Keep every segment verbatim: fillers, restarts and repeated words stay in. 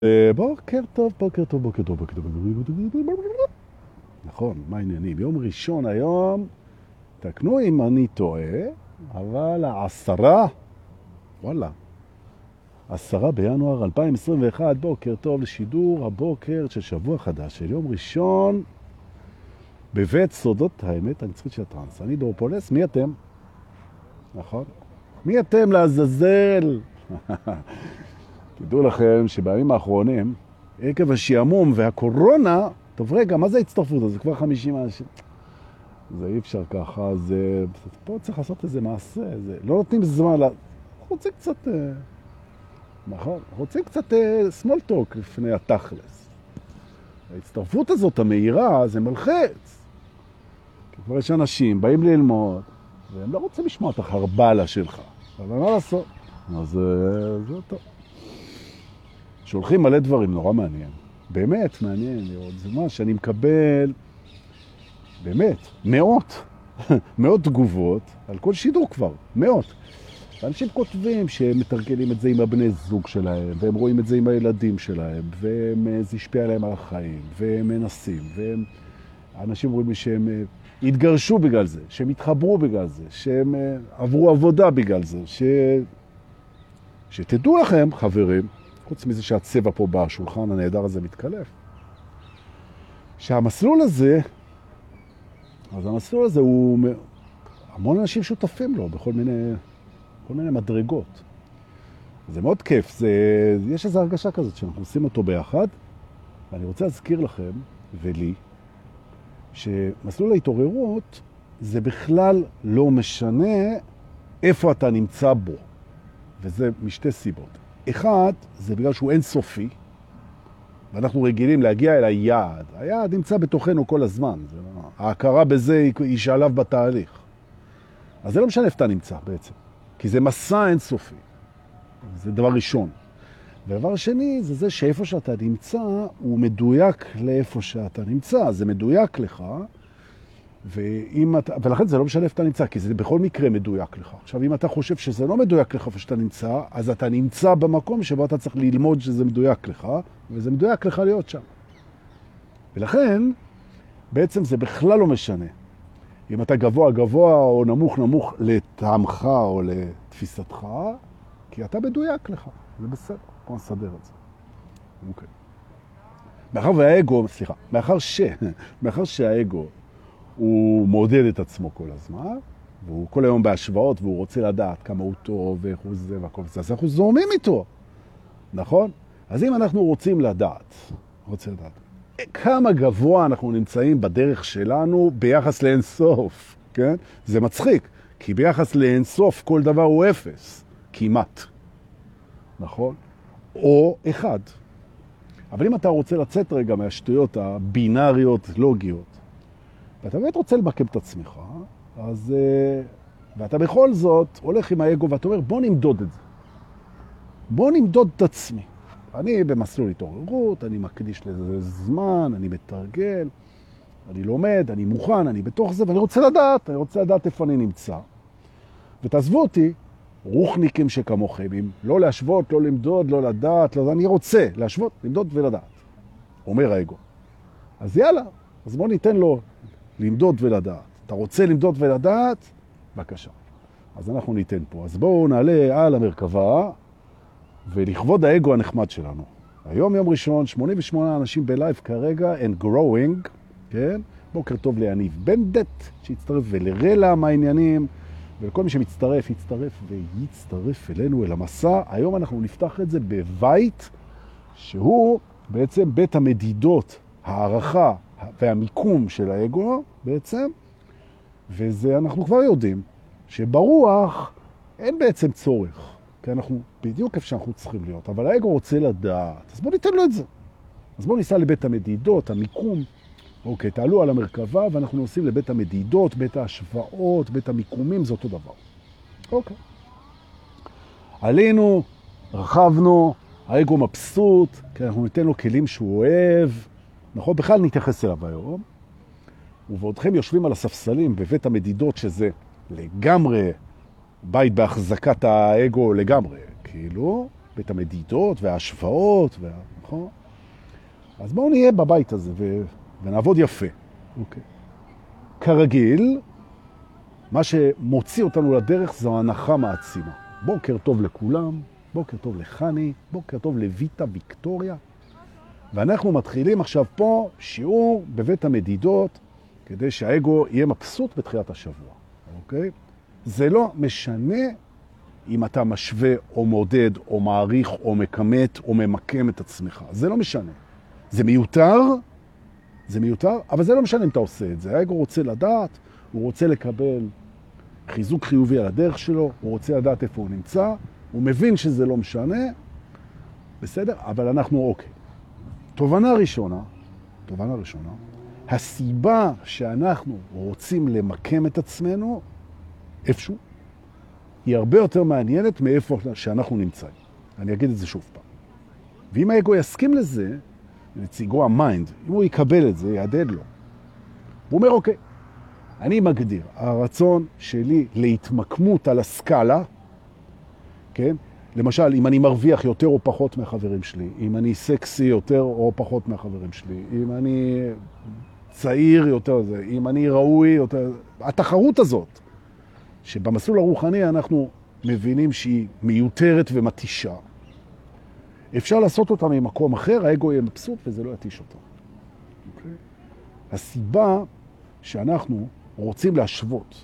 בוקר טוב, בוקר טוב, בוקר טוב, בוקר טוב. נכון, מה העניינים? יום ראשון היום, תקנו אם אני טועה, אבל העשרה, וואלה, עשרה בינואר אלפיים עשרים ואחת, בוקר טוב לשידור הבוקר של שבוע חדש, של יום ראשון, בבית סודות האמת הנצחית של הטרנס. אני דורפולס, מי אתם? נכון? מי אתם לעזאזל? תדעו לכם שבימים האחרונים, עקב השיעמום והקורונה, טוב רגע, מה זה ההצטרפות הזה? כבר חמישים אנשים. זה אי אפשר ככה, זה... פה צריך לעשות איזה מעשה, זה... לא נותנים זמן, לה... רוצים קצת... נכון? רוצים קצת small talk לפני התכלס. ההצטרפות הזאת המהירה, זה מלחץ. כי כבר יש אנשים, באים ללמוד, והם לא רוצים לשמוע את החרבלה שלך. אבל מה לעשות? אז זה טוב. שולחים מלא דברים, נורא מעניין. באמת מעניין לראות. זה מה שאני מקבל, באמת, מאות, מאות תגובות על כל שידור כבר, מאות. אנשים כותבים שהם מתרגלים את זה עם הבני זוג שלהם, והם רואים את זה עם הילדים שלהם, וזה השפיע עליהם על החיים, והם מנסים, והם... אנשים רואים שהם התגרשו בגלל זה, שהם התחברו בגלל זה, שהם עברו עבודה בגלל זה, ש... שתדעו לכם, חברים, חוץ מזה שהצבע פה בשולחן הנהדר הזה מתקלף, שהמסלול הזה, אז המסלול הזה הוא, המון אנשים שותפים לו בכל מיני, כל מיני מדרגות. זה מאוד כיף, זה, יש איזו הרגשה כזאת שאנחנו עושים אותו ביחד, ואני רוצה להזכיר לכם ולי, שמסלול ההתעוררות זה בכלל לא משנה איפה אתה נמצא בו, וזה משתי סיבות. אחד, זה בגלל שהוא אינסופי, ואנחנו רגילים להגיע אל היעד. היעד נמצא בתוכנו כל הזמן. זה לא... ההכרה בזה היא שלב בתהליך. אז זה לא משנה איפה אתה נמצא בעצם, כי זה מסע אינסופי. זה דבר ראשון. ודבר שני, זה זה שאיפה שאתה נמצא, הוא מדויק לאיפה שאתה נמצא. זה מדויק לך, ואם אתה, ולכן זה לא משנה איפה אתה נמצא, כי זה בכל מקרה מדויק לך. עכשיו, אם אתה חושב שזה לא מדויק לך איפה שאתה נמצא, אז אתה נמצא במקום שבו אתה צריך ללמוד שזה מדויק לך, וזה מדויק לך להיות שם. ולכן, בעצם זה בכלל לא משנה. אם אתה גבוה גבוה או נמוך נמוך לטעמך או לתפיסתך, כי אתה מדויק לך. זה בסדר. בוא נסדר את זה. אוקיי. מאחר והאגו, סליחה, מאחר ש, מאחר שהאגו הוא מודד את עצמו כל הזמן, והוא כל היום בהשוואות, והוא רוצה לדעת כמה הוא טוב, ואיך הוא זה והכל זה, אז אנחנו זורמים איתו, נכון? אז אם אנחנו רוצים לדעת, רוצה לדעת, כמה גבוה אנחנו נמצאים בדרך שלנו ביחס לאינסוף, כן? זה מצחיק, כי ביחס לאינסוף כל דבר הוא אפס, כמעט, נכון? או אחד. אבל אם אתה רוצה לצאת רגע מהשטויות הבינאריות, לוגיות, ואתה באמת רוצה למקם את עצמך, אז, ואתה בכל זאת הולך עם האגו ואתה אומר, בוא נמדוד את זה. בוא נמדוד את עצמי. אני במסלול התעוררות, אני מקדיש לזה זמן, אני מתרגל, אני לומד, אני מוכן, אני בתוך זה, ואני רוצה לדעת, אני רוצה לדעת איפה אני נמצא. ותעזבו אותי, רוחניקים שכמוכם, אם לא להשוות, לא למדוד, לא לדעת, לא... אני רוצה להשוות, למדוד ולדעת. אומר האגו. אז יאללה, אז בוא ניתן לו למדוד ולדעת. אתה רוצה למדוד ולדעת? בבקשה. אז אנחנו ניתן פה. אז בואו נעלה על המרכבה, ולכבוד האגו הנחמד שלנו. היום יום ראשון, שמונים ושמונה אנשים בלייב כרגע, and growing, כן? בוקר טוב ליניב בנדט, שהצטרף, ולרלה מהעניינים, ולכל מי שמצטרף, יצטרף ויצטרף אלינו אל המסע. היום אנחנו נפתח את זה בבית, שהוא בעצם בית המדידות, הערכה והמיקום של האגו בעצם, וזה אנחנו כבר יודעים, שברוח אין בעצם צורך, כי אנחנו בדיוק איפה שאנחנו צריכים להיות, אבל האגו רוצה לדעת, אז בואו ניתן לו את זה. אז בואו ניסע לבית המדידות, המיקום, אוקיי, תעלו על המרכבה, ואנחנו נוסעים לבית המדידות, בית ההשוואות, בית המיקומים, זה אותו דבר. אוקיי. עלינו, רחבנו, האגו מבסוט, כי אנחנו ניתן לו כלים שהוא אוהב, נכון? בכלל נתייחס אליו היום, ובעודכם יושבים על הספסלים בבית המדידות, שזה לגמרי בית בהחזקת האגו לגמרי, כאילו, בית המדידות וההשוואות, וה... נכון? אז בואו נהיה בבית הזה ו... ונעבוד יפה. אוקיי. כרגיל, מה שמוציא אותנו לדרך זו הנחה מעצימה. בוקר טוב לכולם, בוקר טוב לחני, בוקר טוב לויטה ויקטוריה. ואנחנו מתחילים עכשיו פה שיעור בבית המדידות, כדי שהאגו יהיה מבסוט בתחילת השבוע. אוקיי? זה לא משנה אם אתה משווה או מודד או מעריך או מקמת או ממקם את עצמך. זה לא משנה. זה מיותר, זה מיותר, אבל זה לא משנה אם אתה עושה את זה. האגו רוצה לדעת, הוא רוצה לקבל חיזוק חיובי על הדרך שלו, הוא רוצה לדעת איפה הוא נמצא, הוא מבין שזה לא משנה, בסדר? אבל אנחנו אוקיי. תובנה ראשונה, תובנה ראשונה, הסיבה שאנחנו רוצים למקם את עצמנו איפשהו, היא הרבה יותר מעניינת מאיפה שאנחנו נמצאים. אני אגיד את זה שוב פעם. ואם האגו יסכים לזה, נציגו המיינד, אם הוא יקבל את זה, יעדד לו. הוא אומר, אוקיי, אני מגדיר, הרצון שלי להתמקמות על הסקאלה, כן? למשל, אם אני מרוויח יותר או פחות מהחברים שלי, אם אני סקסי יותר או פחות מהחברים שלי, אם אני צעיר יותר, אם אני ראוי יותר, התחרות הזאת, שבמסלול הרוחני אנחנו מבינים שהיא מיותרת ומתישה, אפשר לעשות אותה ממקום אחר, האגו יהיה מבסוט וזה לא יתיש אותה. Okay. הסיבה שאנחנו רוצים להשוות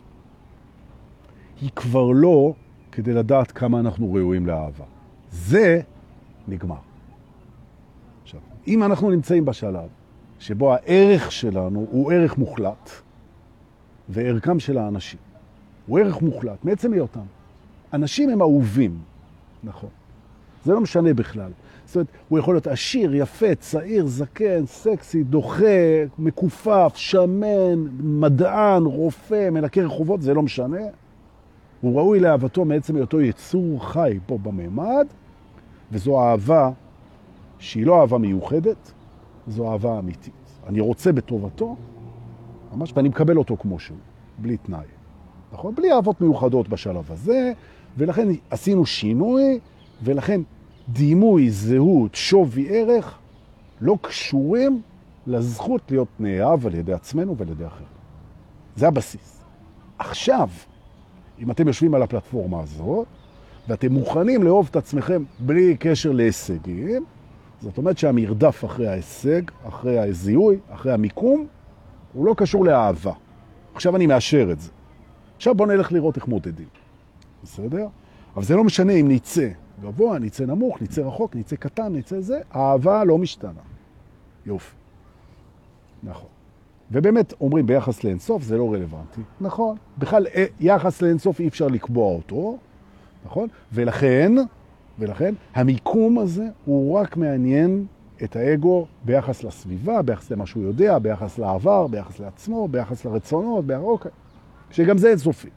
היא כבר לא כדי לדעת כמה אנחנו ראויים לאהבה. זה נגמר. עכשיו, אם אנחנו נמצאים בשלב שבו הערך שלנו הוא ערך מוחלט, וערכם של האנשים הוא ערך מוחלט, מעצם היותם. אנשים הם אהובים, נכון. זה לא משנה בכלל. זאת אומרת, הוא יכול להיות עשיר, יפה, צעיר, זקן, סקסי, דוחה, מקופף, שמן, מדען, רופא, מנקה רחובות, זה לא משנה. הוא ראוי לאהבתו מעצם היותו יצור חי פה בממד, וזו אהבה שהיא לא אהבה מיוחדת, זו אהבה אמיתית. אני רוצה בטובתו, ממש, ואני מקבל אותו כמו שהוא, בלי תנאי. נכון? בלי אהבות מיוחדות בשלב הזה, ולכן עשינו שינוי, ולכן דימוי, זהות, שווי ערך, לא קשורים לזכות להיות נאהב על ידי עצמנו ועל ידי אחר. זה הבסיס. עכשיו, אם אתם יושבים על הפלטפורמה הזאת, ואתם מוכנים לאהוב את עצמכם בלי קשר להישגים, זאת אומרת שהמרדף אחרי ההישג, אחרי הזיהוי, אחרי המיקום, הוא לא קשור לאהבה. עכשיו אני מאשר את זה. עכשיו בוא נלך לראות איך מודדים. בסדר? אבל זה לא משנה אם ניצא גבוה, ניצא נמוך, ניצא רחוק, ניצא קטן, ניצא זה. האהבה לא משתנה. יופי. נכון. ובאמת אומרים ביחס לאינסוף זה לא רלוונטי. נכון. בכלל יחס לאינסוף אי אפשר לקבוע אותו. נכון? ולכן, ולכן המיקום הזה הוא רק מעניין את האגו ביחס לסביבה, ביחס למה שהוא יודע, ביחס לעבר, ביחס לעצמו, ביחס לרצונות, ביחס... אוקיי. שגם זה אינסופי.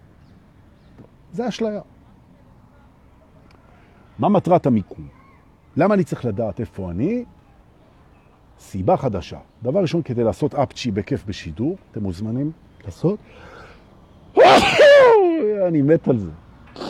זה אשליה. מה מטרת המיקום? למה אני צריך לדעת איפה אני? סיבה חדשה. דבר ראשון, כדי לעשות אפצ'י בכיף בשידור, אתם מוזמנים לעשות? אני מת על זה.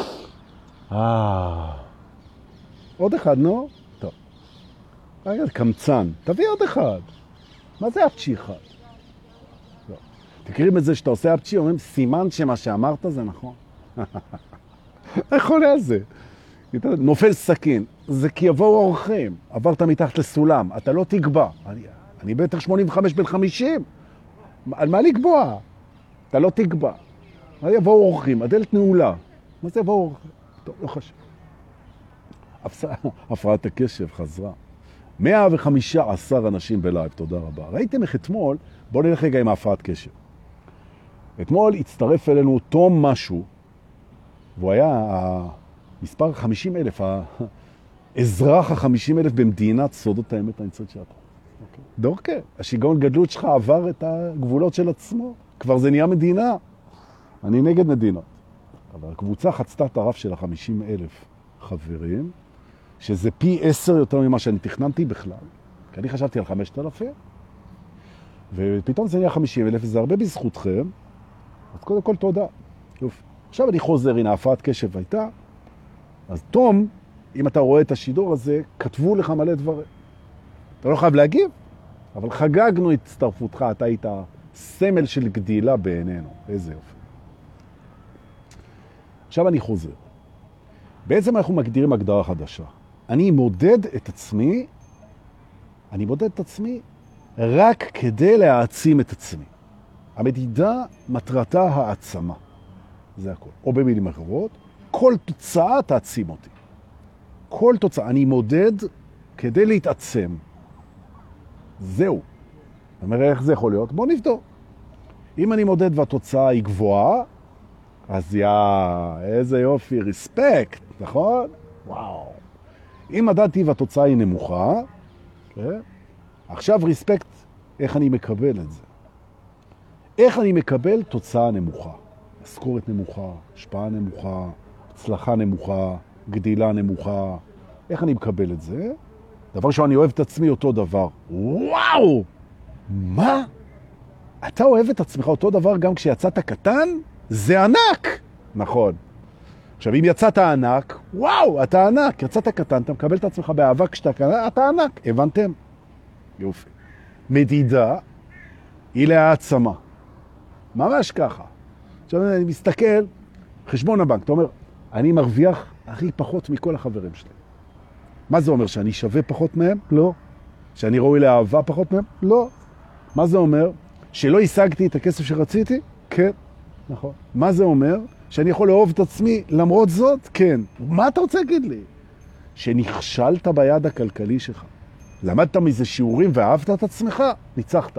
אה... עוד אחד, נו? טוב. רגע, קמצן. תביא עוד אחד. מה זה אפצ'י אחד? לא. תקרים את זה שאתה עושה אפצ'י, אומרים, סימן שמה שאמרת זה נכון. איך עולה על זה? נופל סכין. זה כי יבואו אורחים. עברת מתחת לסולם. אתה לא תקבע. אני, אני בטח שמונים וחמש בין חמישים. על מה לקבוע? אתה לא תקבע. מה יבואו אורחים? הדלת נעולה. מה זה יבואו אורחים? טוב, לא חשוב. הפרעת הקשב חזרה. מאה וחמישה עשר אנשים בלייב, תודה רבה. ראיתם איך אתמול, בואו נלך רגע עם ההפרעת קשב. אתמול הצטרף אלינו תום משהו, והוא היה מספר חמישים אלף, האזרח ה-חמישים אלף במדינת סודות האמת הנצחית שלך. Okay. דורקה, השיגעון גדלות שלך עבר את הגבולות של עצמו. כבר זה נהיה מדינה. אני נגד מדינות. אבל הקבוצה חצתה את הרף של ה-חמישים אלף חברים, שזה פי עשר יותר ממה שאני תכננתי בכלל. כי אני חשבתי על חמשת אלפים, ופתאום זה נהיה חמישים אלף, וזה הרבה בזכותכם. אז קודם כל תודה. יופי. עכשיו אני חוזר, הנה, הפרעת קשב הייתה. אז תום אם אתה רואה את השידור הזה, כתבו לך מלא דברים. אתה לא חייב להגיב, אבל חגגנו את הצטרפותך, אתה היית סמל של גדילה בעינינו. איזה יופי. עכשיו אני חוזר. בעצם אנחנו מגדירים הגדרה חדשה. אני מודד את עצמי, אני מודד את עצמי רק כדי להעצים את עצמי. המדידה מטרתה העצמה. זה הכל. או במילים אחרות, כל תוצאה תעצים אותי. כל תוצאה. אני מודד כדי להתעצם. זהו. זאת אומרת, איך זה יכול להיות? בוא נבדוק. אם אני מודד והתוצאה היא גבוהה, אז יא, איזה יופי, ריספקט, נכון? וואו. אם מדדתי והתוצאה היא נמוכה, כן? עכשיו ריספקט, איך אני מקבל את זה? איך אני מקבל תוצאה נמוכה? משכורת נמוכה, השפעה נמוכה, הצלחה נמוכה, גדילה נמוכה. איך אני מקבל את זה? דבר שאני אוהב את עצמי אותו דבר. וואו! מה? אתה אוהב את עצמך אותו דבר גם כשיצאת קטן? זה ענק! נכון. עכשיו, אם יצאת ענק, וואו, אתה ענק. יצאת קטן, אתה מקבל את עצמך באהבה כשאתה קטן, אתה ענק. הבנתם? יופי. מדידה היא להעצמה. ממש ככה. עכשיו, אני מסתכל, חשבון הבנק, אתה אומר, אני מרוויח הכי פחות מכל החברים שלי. מה זה אומר? שאני שווה פחות מהם? לא. שאני ראוי לאהבה פחות מהם? לא. מה זה אומר? שלא השגתי את הכסף שרציתי? כן. נכון. מה זה אומר? שאני יכול לאהוב את עצמי למרות זאת? כן. מה אתה רוצה להגיד לי? שנכשלת ביד הכלכלי שלך. למדת מזה שיעורים ואהבת את עצמך? ניצחת.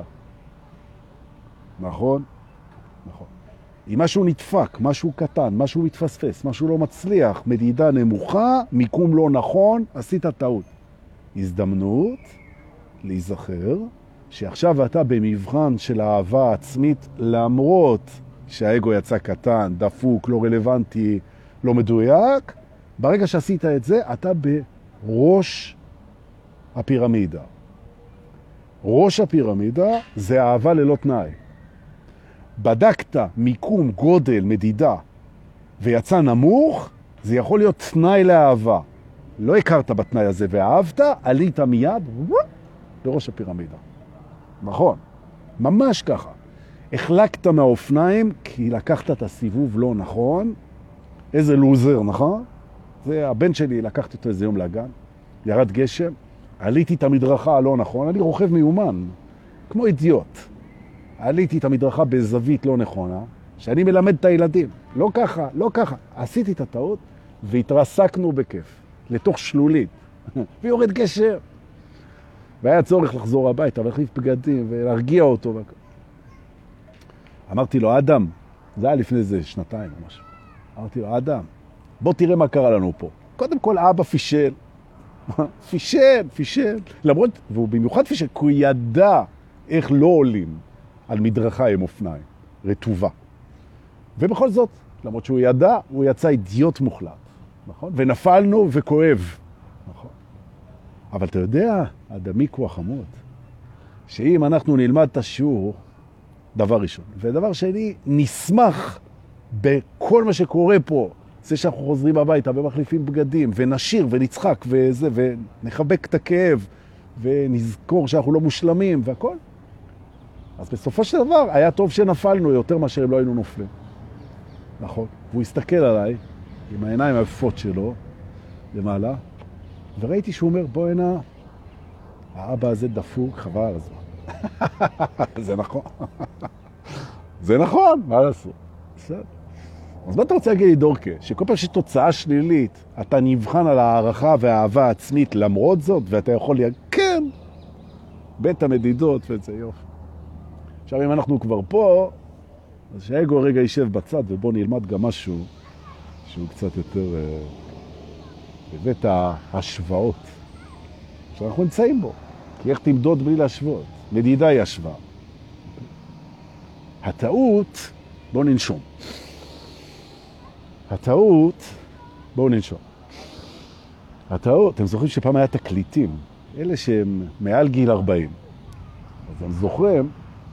נכון? נכון. אם משהו נדפק, משהו קטן, משהו מתפספס, משהו לא מצליח, מדידה נמוכה, מיקום לא נכון, עשית טעות. הזדמנות להיזכר שעכשיו אתה במבחן של אהבה עצמית, למרות שהאגו יצא קטן, דפוק, לא רלוונטי, לא מדויק, ברגע שעשית את זה, אתה בראש הפירמידה. ראש הפירמידה זה אהבה ללא תנאי. בדקת מיקום, גודל, מדידה, ויצא נמוך, זה יכול להיות תנאי לאהבה. לא הכרת בתנאי הזה ואהבת, עלית מיד בראש הפירמידה. נכון, ממש ככה. החלקת מהאופניים כי לקחת את הסיבוב לא נכון. איזה לוזר, נכון? זה הבן שלי, לקחתי אותו איזה יום לגן, ירד גשם, עליתי את המדרכה הלא נכון, אני רוכב מיומן, כמו אידיוט. עליתי את המדרכה בזווית לא נכונה, שאני מלמד את הילדים. לא ככה, לא ככה. עשיתי את הטעות והתרסקנו בכיף, לתוך שלולית. ויורד גשר. והיה צורך לחזור הביתה, ולהחליף בגדים, ולהרגיע אותו. אמרתי לו, אדם, זה היה לפני זה שנתיים או משהו. אמרתי לו, אדם, בוא תראה מה קרה לנו פה. קודם כל, אבא פישל. פישל, פישל. למרות, והוא במיוחד פישל, כי הוא ידע איך לא עולים על מדרכה עם אופניים, רטובה. ובכל זאת, למרות שהוא ידע, הוא יצא אידיוט מוחלט. נכון? ונפלנו וכואב. נכון. אבל אתה יודע, הדמיקו החמוד, שאם אנחנו נלמד את השיעור, דבר ראשון. ודבר שני, נשמח בכל מה שקורה פה, זה שאנחנו חוזרים הביתה ומחליפים בגדים, ונשיר ונצחק וזה, ונחבק את הכאב, ונזכור שאנחנו לא מושלמים והכל. אז בסופו של דבר, היה טוב שנפלנו יותר מאשר אם לא היינו נופלים. נכון. והוא הסתכל עליי, עם העיניים היפות שלו, למעלה, וראיתי שהוא אומר, בוא הנה, האבא הזה דפוק, חבל על הזמן. זה נכון. זה נכון, מה לעשות? בסדר. אז מה אתה רוצה להגיד לי, דורקה? שכל פעם שיש תוצאה שלילית, אתה נבחן על הערכה והאהבה העצמית למרות זאת, ואתה יכול להגיד, כן, בית המדידות וזה יופי. עכשיו, אם אנחנו כבר פה, אז שהאגו רגע יישב בצד, ובוא נלמד גם משהו שהוא קצת יותר בבית ההשוואות שאנחנו נמצאים בו. כי איך תמדוד בלי להשוות? מדידה היא השוואה. הטעות, בואו ננשום. הטעות, בואו ננשום. הטעות, אתם זוכרים שפעם היה תקליטים, אלה שהם מעל גיל ארבעים. אז הם זוכרים,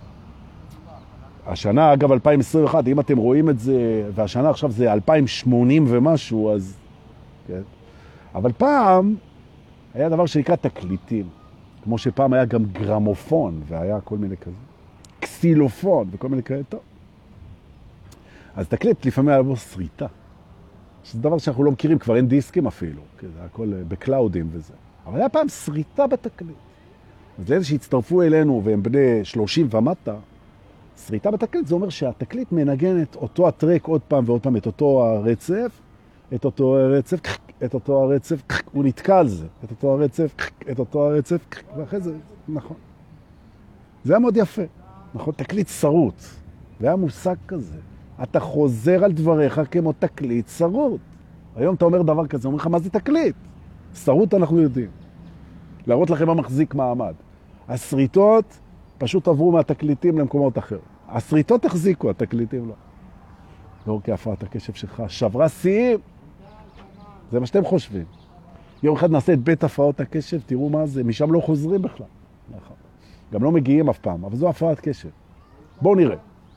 השנה, אגב, אלפיים עשרים ואחת, אם אתם רואים את זה, והשנה עכשיו זה אלפיים שמונים ומשהו, אז, כן. אבל פעם היה דבר שנקרא תקליטים, כמו שפעם היה גם גרמופון, והיה כל מיני כזה, קסילופון וכל מיני כאלה, טוב. אז תקליט לפעמים היה בו שריטה, שזה דבר שאנחנו לא מכירים, כבר אין דיסקים אפילו, כי זה הכל בקלאודים וזה. אבל היה פעם שריטה בתקליט. אז לאלה שהצטרפו אלינו והם בני שלושים ומטה, שריטה בתקליט זה אומר שהתקליט מנגן את אותו הטרק עוד פעם ועוד פעם, את אותו הרצף, את אותו הרצף, את אותו הרצף, הוא נתקע על זה, את אותו הרצף, את אותו הרצף, ואחרי זה, נכון. זה היה מאוד יפה, נכון? תקליט שרוט, והיה מושג כזה. אתה חוזר על דבריך כמו תקליט שרוט. היום אתה אומר דבר כזה, אומר לך, מה זה תקליט? שרוט אנחנו יודעים. להראות לכם מה מחזיק מעמד. השריטות פשוט עברו מהתקליטים למקומות אחר. השריטות החזיקו, התקליטים לא. לא כהפרעת הקשב שלך, שברה שיאים. זה מה שאתם חושבים. יום אחד נעשה את בית הפרעות הקשב, תראו מה זה, משם לא חוזרים בכלל. נכון. גם לא מגיעים אף פעם, אבל זו הפרעת קשב. בואו נראה.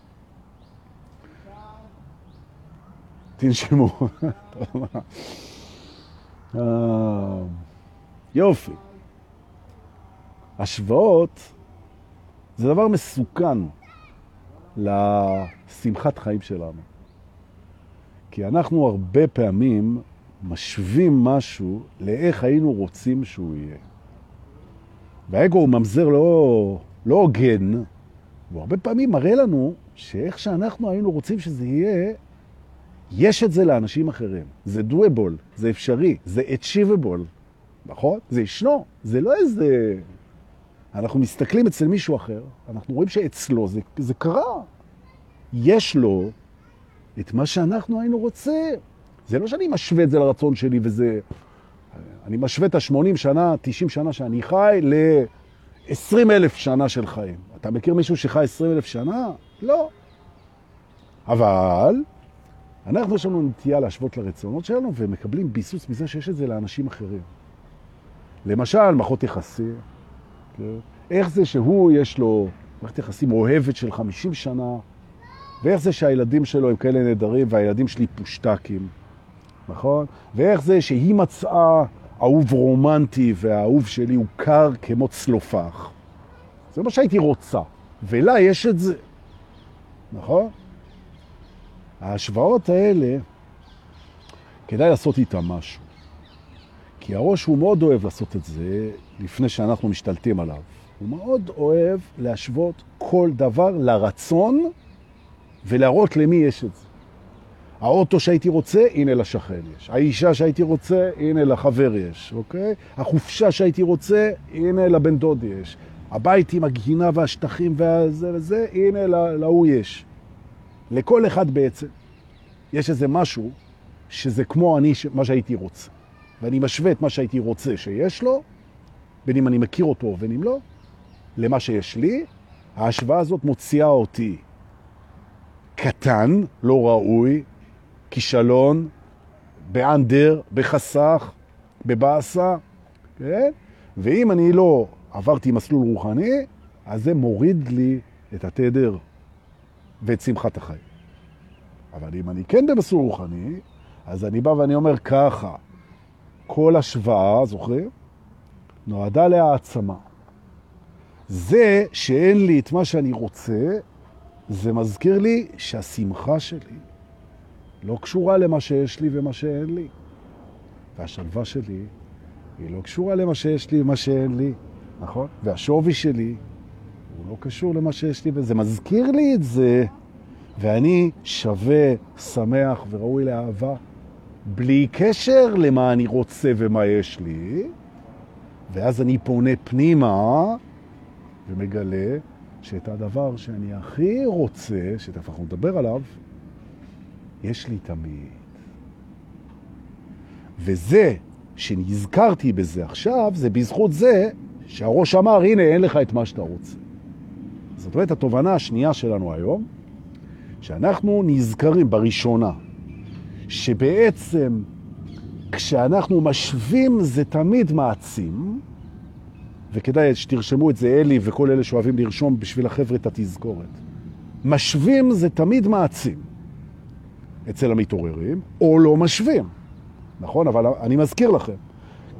תנשמו. יופי. השוואות זה דבר מסוכן לשמחת חיים שלנו. כי אנחנו הרבה פעמים משווים משהו לאיך היינו רוצים שהוא יהיה. והאגו הוא ממזר לא, לא הוגן, והוא הרבה פעמים מראה לנו שאיך שאנחנו היינו רוצים שזה יהיה, יש את זה לאנשים אחרים. זה doable, זה אפשרי, זה achievable, נכון? זה ישנו, זה לא איזה... אנחנו מסתכלים אצל מישהו אחר, אנחנו רואים שאצלו זה, זה קרה. יש לו את מה שאנחנו היינו רוצים. זה לא שאני משווה את זה לרצון שלי וזה... אני משווה את ה-שמונים שנה, תשעים שנה שאני חי ל-עשרים אלף שנה של חיים. אתה מכיר מישהו שחי עשרים אלף שנה? לא. אבל אנחנו יש לנו נטייה להשוות לרצונות שלנו ומקבלים ביסוס מזה שיש את זה לאנשים אחרים. למשל, מערכות יחסים. איך זה שהוא יש לו מערכת יחסים אוהבת של חמישים שנה, ואיך זה שהילדים שלו הם כאלה נהדרים והילדים שלי פושטקים, נכון? ואיך זה שהיא מצאה אהוב רומנטי והאהוב שלי הוא קר כמו צלופח. זה מה שהייתי רוצה, ולה יש את זה, נכון? ההשוואות האלה, כדאי לעשות איתם משהו. כי הראש הוא מאוד אוהב לעשות את זה לפני שאנחנו משתלטים עליו. הוא מאוד אוהב להשוות כל דבר לרצון ולהראות למי יש את זה. האוטו שהייתי רוצה, הנה לשכן יש. האישה שהייתי רוצה, הנה לחבר יש, אוקיי? החופשה שהייתי רוצה, הנה לבן דוד יש. הבית עם הגינה והשטחים וזה וזה, הנה להוא יש. לכל אחד בעצם יש איזה משהו שזה כמו אני, מה שהייתי רוצה. ואני משווה את מה שהייתי רוצה שיש לו, בין אם אני מכיר אותו ובין אם לא, למה שיש לי. ההשוואה הזאת מוציאה אותי קטן, לא ראוי, כישלון, באנדר, בחסך, בבאסה, כן? ואם אני לא עברתי מסלול רוחני, אז זה מוריד לי את התדר ואת שמחת החיים. אבל אם אני כן במסלול רוחני, אז אני בא ואני אומר ככה, כל השוואה, זוכרים? נועדה להעצמה. זה שאין לי את מה שאני רוצה, זה מזכיר לי שהשמחה שלי לא קשורה למה שיש לי ומה שאין לי. והשלווה שלי היא לא קשורה למה שיש לי ומה שאין לי, נכון? והשווי שלי הוא לא קשור למה שיש לי, וזה מזכיר לי את זה, ואני שווה, שמח וראוי לאהבה, בלי קשר למה אני רוצה ומה יש לי, ואז אני פונה פנימה ומגלה שאת הדבר שאני הכי רוצה, שתכף אנחנו נדבר עליו, יש לי תמיד. וזה שנזכרתי בזה עכשיו, זה בזכות זה שהראש אמר, הנה, אין לך את מה שאתה רוצה. זאת אומרת, התובנה השנייה שלנו היום, שאנחנו נזכרים בראשונה, שבעצם כשאנחנו משווים זה תמיד מעצים, וכדאי שתרשמו את זה אלי וכל אלה שאוהבים לרשום בשביל החבר'ה את התזכורת. משווים זה תמיד מעצים אצל המתעוררים, או לא משווים. נכון? אבל אני מזכיר לכם,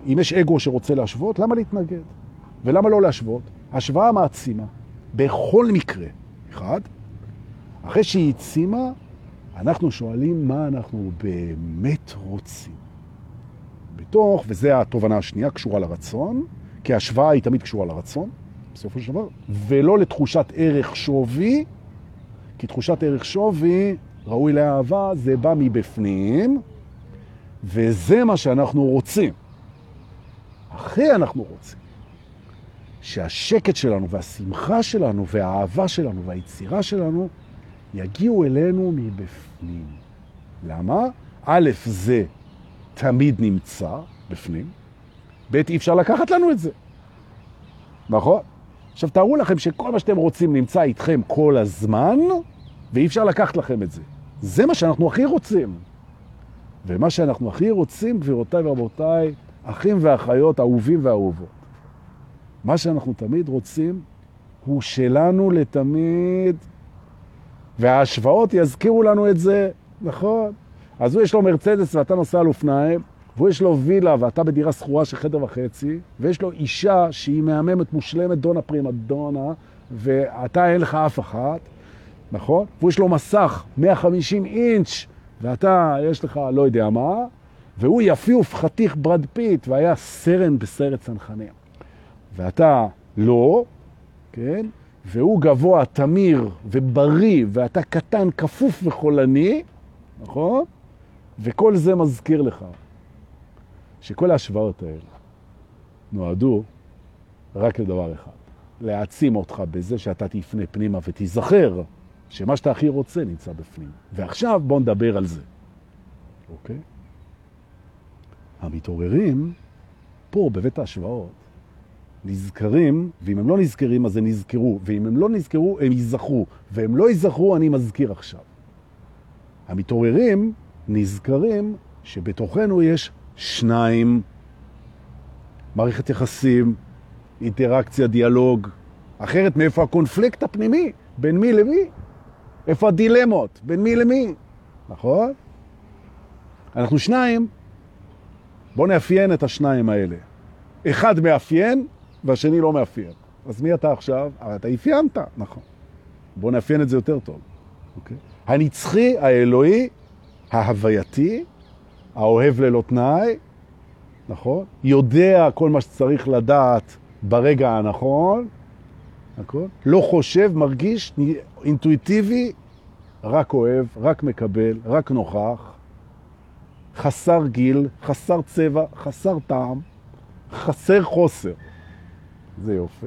אם יש אגו שרוצה להשוות, למה להתנגד? ולמה לא להשוות? השוואה מעצימה. בכל מקרה. אחד, אחרי שהיא העצימה, אנחנו שואלים מה אנחנו באמת רוצים. בתוך, וזה התובנה השנייה, קשורה לרצון, כי ההשוואה היא תמיד קשורה לרצון, בסופו של דבר, ולא לתחושת ערך שווי, כי תחושת ערך שווי, ראוי לאהבה, זה בא מבפנים, וזה מה שאנחנו רוצים. אחרי אנחנו רוצים, שהשקט שלנו והשמחה שלנו והאהבה שלנו והיצירה שלנו יגיעו אלינו מבפנים. למה? א', זה תמיד נמצא בפנים, ב', אי אפשר לקחת לנו את זה. נכון? עכשיו תארו לכם שכל מה שאתם רוצים נמצא איתכם כל הזמן, ואי אפשר לקחת לכם את זה. זה מה שאנחנו הכי רוצים. ומה שאנחנו הכי רוצים, גבירותיי ורבותיי, אחים ואחיות, אהובים ואהובות. מה שאנחנו תמיד רוצים הוא שלנו לתמיד, וההשוואות יזכירו לנו את זה, נכון? אז הוא יש לו מרצדס ואתה נוסע על אופניים, והוא יש לו וילה ואתה בדירה סחורה של חדר וחצי, ויש לו אישה שהיא מהממת, מושלמת, דונה פרימה דונה, ואתה אין לך אף אחת, נכון? והוא יש לו מסך מאה וחמישים אינץ', ואתה יש לך לא יודע מה, והוא יפי ופחתיך ברד פיט, והיה סרן בסרט צנחנים. ואתה לא, כן? והוא גבוה, תמיר ובריא, ואתה קטן, כפוף וחולני, נכון? וכל זה מזכיר לך שכל ההשוואות האלה נועדו רק לדבר אחד, להעצים אותך בזה שאתה תפנה פנימה ותיזכר שמה שאתה הכי רוצה נמצא בפנים. ועכשיו בוא נדבר על זה. אוקיי? המתעוררים פה בבית ההשוואות נזכרים, ואם הם לא נזכרים אז הם נזכרו, ואם הם לא נזכרו הם ייזכרו, והם לא ייזכרו אני מזכיר עכשיו. המתעוררים נזכרים שבתוכנו יש שניים, מערכת יחסים, אינטראקציה, דיאלוג, אחרת מאיפה הקונפליקט הפנימי, בין מי למי? איפה הדילמות, בין מי למי? נכון? אנחנו שניים, בוא נאפיין את השניים האלה. אחד מאפיין והשני לא מאפיין. אז מי אתה עכשיו? אתה אפיינת, נכון. בוא נאפיין את זה יותר טוב. אוקיי? הנצחי, האלוהי, ההווייתי, האוהב ללא תנאי, נכון? יודע כל מה שצריך לדעת ברגע הנכון, נכון? לא חושב, מרגיש, אינטואיטיבי, רק אוהב, רק מקבל, רק נוכח, חסר גיל, חסר צבע, חסר טעם, חסר חוסר. זה יופי.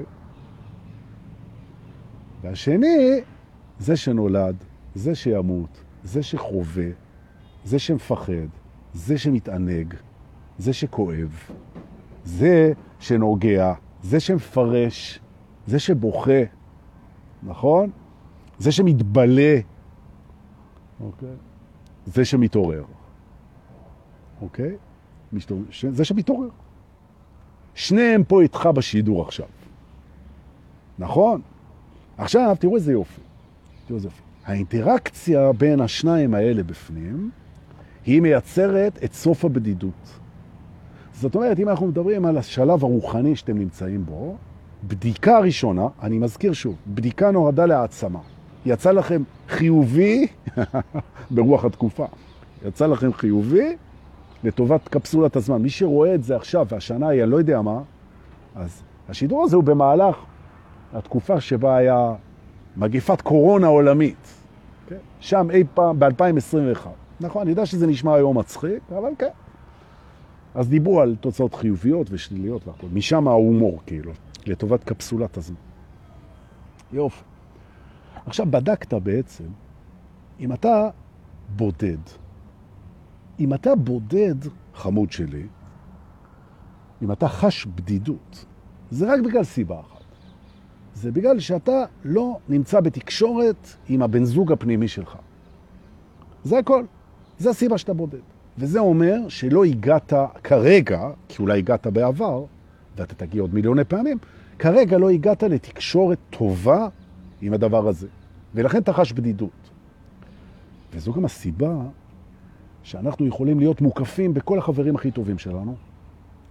והשני, זה שנולד, זה שימות, זה שחווה, זה שמפחד, זה שמתענג, זה שכואב, זה שנוגע, זה שמפרש, זה שבוכה, נכון? זה שמתבלה, אוקיי? זה שמתעורר, אוקיי? זה שמתעורר. שניהם פה איתך בשידור עכשיו. נכון? עכשיו, תראו איזה יופי. תראו איזה יופי. האינטראקציה בין השניים האלה בפנים, היא מייצרת את סוף הבדידות. זאת אומרת, אם אנחנו מדברים על השלב הרוחני שאתם נמצאים בו, בדיקה ראשונה, אני מזכיר שוב, בדיקה נורדה להעצמה. יצא לכם חיובי, ברוח התקופה, יצא לכם חיובי, לטובת קפסולת הזמן. מי שרואה את זה עכשיו, והשנה היא, אני לא יודע מה, אז השידור הזה הוא במהלך התקופה שבה היה מגפת קורונה עולמית. Okay? שם אי פעם, ב-אלפיים עשרים ואחת. נכון, אני יודע שזה נשמע היום מצחיק, אבל כן. אז דיברו על תוצאות חיוביות ושליליות והכל. משם ההומור, כאילו, לטובת קפסולת הזמן. יופי. עכשיו, בדקת בעצם, אם אתה בודד, אם אתה בודד, חמוד שלי, אם אתה חש בדידות, זה רק בגלל סיבה אחת. זה בגלל שאתה לא נמצא בתקשורת עם הבן זוג הפנימי שלך. זה הכל. זה הסיבה שאתה בודד. וזה אומר שלא הגעת כרגע, כי אולי הגעת בעבר, ואתה תגיע עוד מיליוני פעמים, כרגע לא הגעת לתקשורת טובה עם הדבר הזה. ולכן אתה חש בדידות. וזו גם הסיבה שאנחנו יכולים להיות מוקפים בכל החברים הכי טובים שלנו,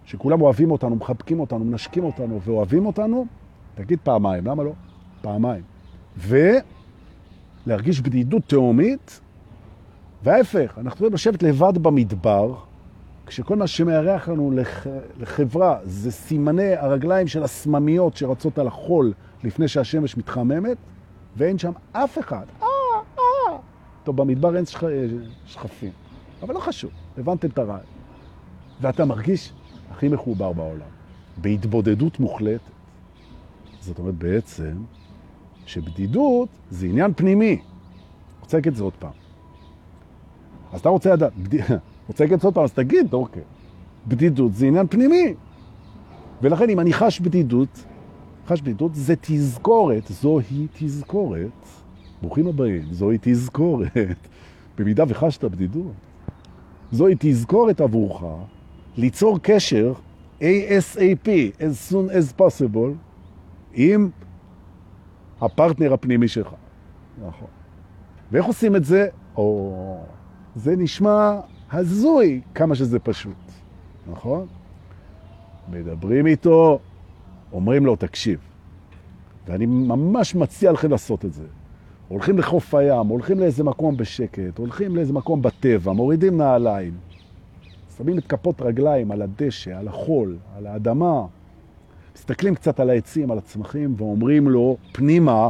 שכולם אוהבים אותנו, מחבקים אותנו, מנשקים אותנו ואוהבים אותנו, תגיד פעמיים, למה לא? פעמיים. ולהרגיש בדידות תאומית, וההפך, אנחנו יכולים לשבת לבד במדבר, כשכל מה שמארח לנו לח... לחברה זה סימני הרגליים של הסממיות שרצות על החול לפני שהשמש מתחממת, ואין שם אף אחד. אה, אה. טוב, במדבר אין שכ... שכפים, אבל לא חשוב, הבנתם את הרעי. ואתה מרגיש הכי מחובר בעולם, בהתבודדות מוחלטת. זאת אומרת בעצם שבדידות זה עניין פנימי. רוצה להגיד את זה עוד פעם. אז אתה רוצה לדעת, בד... רוצה להגיד את זה עוד פעם, אז תגיד, אוקיי. בדידות זה עניין פנימי. ולכן אם אני חש בדידות, חש בדידות זה תזכורת, זוהי תזכורת. ברוכים הבאים, זוהי תזכורת. במידה וחשת בדידות. זוהי תזכורת עבורך ליצור קשר A-S-A-P, as soon as possible, עם הפרטנר הפנימי שלך. נכון. ואיך עושים את זה? או, זה נשמע הזוי כמה שזה פשוט. נכון? מדברים איתו, אומרים לו, תקשיב. ואני ממש מציע לכם לעשות את זה. הולכים לחוף הים, הולכים לאיזה מקום בשקט, הולכים לאיזה מקום בטבע, מורידים נעליים, שמים את כפות רגליים על הדשא, על החול, על האדמה, מסתכלים קצת על העצים, על הצמחים, ואומרים לו, פנימה,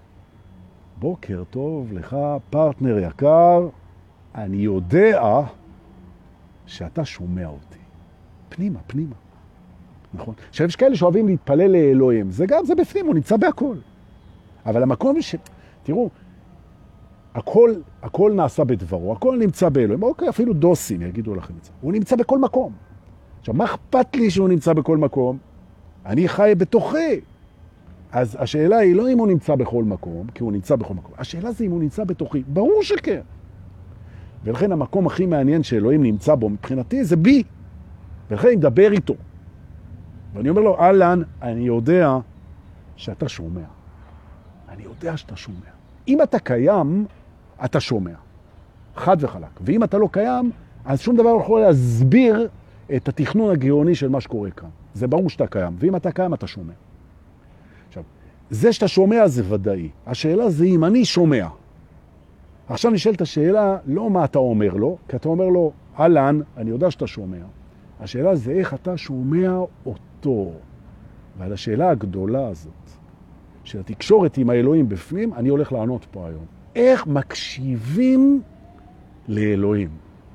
בוקר טוב לך, פרטנר יקר, אני יודע שאתה שומע אותי. פנימה, פנימה. נכון? עכשיו יש כאלה שאוהבים להתפלל לאלוהים, זה גם, זה בפנים, הוא נמצא בהכל. אבל המקום ש... תראו, הכל, הכל נעשה בדברו, הכל נמצא באלוהים. אוקיי, אפילו דוסים יגידו לכם את זה. הוא נמצא בכל מקום. עכשיו, מה אכפת לי שהוא נמצא בכל מקום? אני חי בתוכי. אז השאלה היא לא אם הוא נמצא בכל מקום, כי הוא נמצא בכל מקום. השאלה זה אם הוא נמצא בתוכי. ברור שכן. ולכן המקום הכי מעניין שאלוהים נמצא בו מבחינתי זה בי. ולכן אני מדבר איתו. ואני אומר לו, אלן, אני יודע שאתה שומע. אני יודע שאתה שומע. אם אתה קיים, אתה שומע. חד וחלק. ואם אתה לא קיים, אז שום דבר לא יכול להסביר את התכנון הגאוני של מה שקורה כאן. זה ברור שאתה קיים. ואם אתה קיים, אתה שומע. עכשיו, זה שאתה שומע זה ודאי. השאלה זה אם אני שומע. עכשיו נשאלת השאלה, לא מה אתה אומר לו, כי אתה אומר לו, אלן, אני יודע שאתה שומע. השאלה זה איך אתה שומע אותו. ועל השאלה הגדולה הזאת, של התקשורת עם האלוהים בפנים, אני הולך לענות פה היום. איך מקשיבים לאלוהים?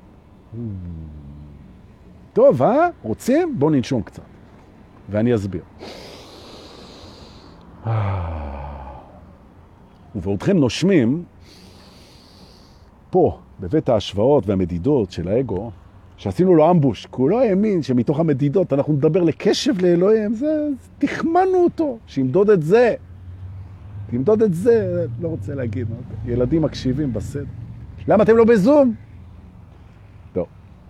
טוב, אה? רוצים? בואו ננשום קצת. ואני אסביר. ובעודכם נושמים, פה, בבית ההשוואות והמדידות של האגו, שעשינו לו אמבוש, כי הוא לא האמין שמתוך המדידות אנחנו נדבר לקשב לאלוהים, זה, תחמנו אותו, שימדוד את זה. תמדוד את זה, לא רוצה להגיד, ילדים מקשיבים בסדר. למה אתם לא בזום? לא.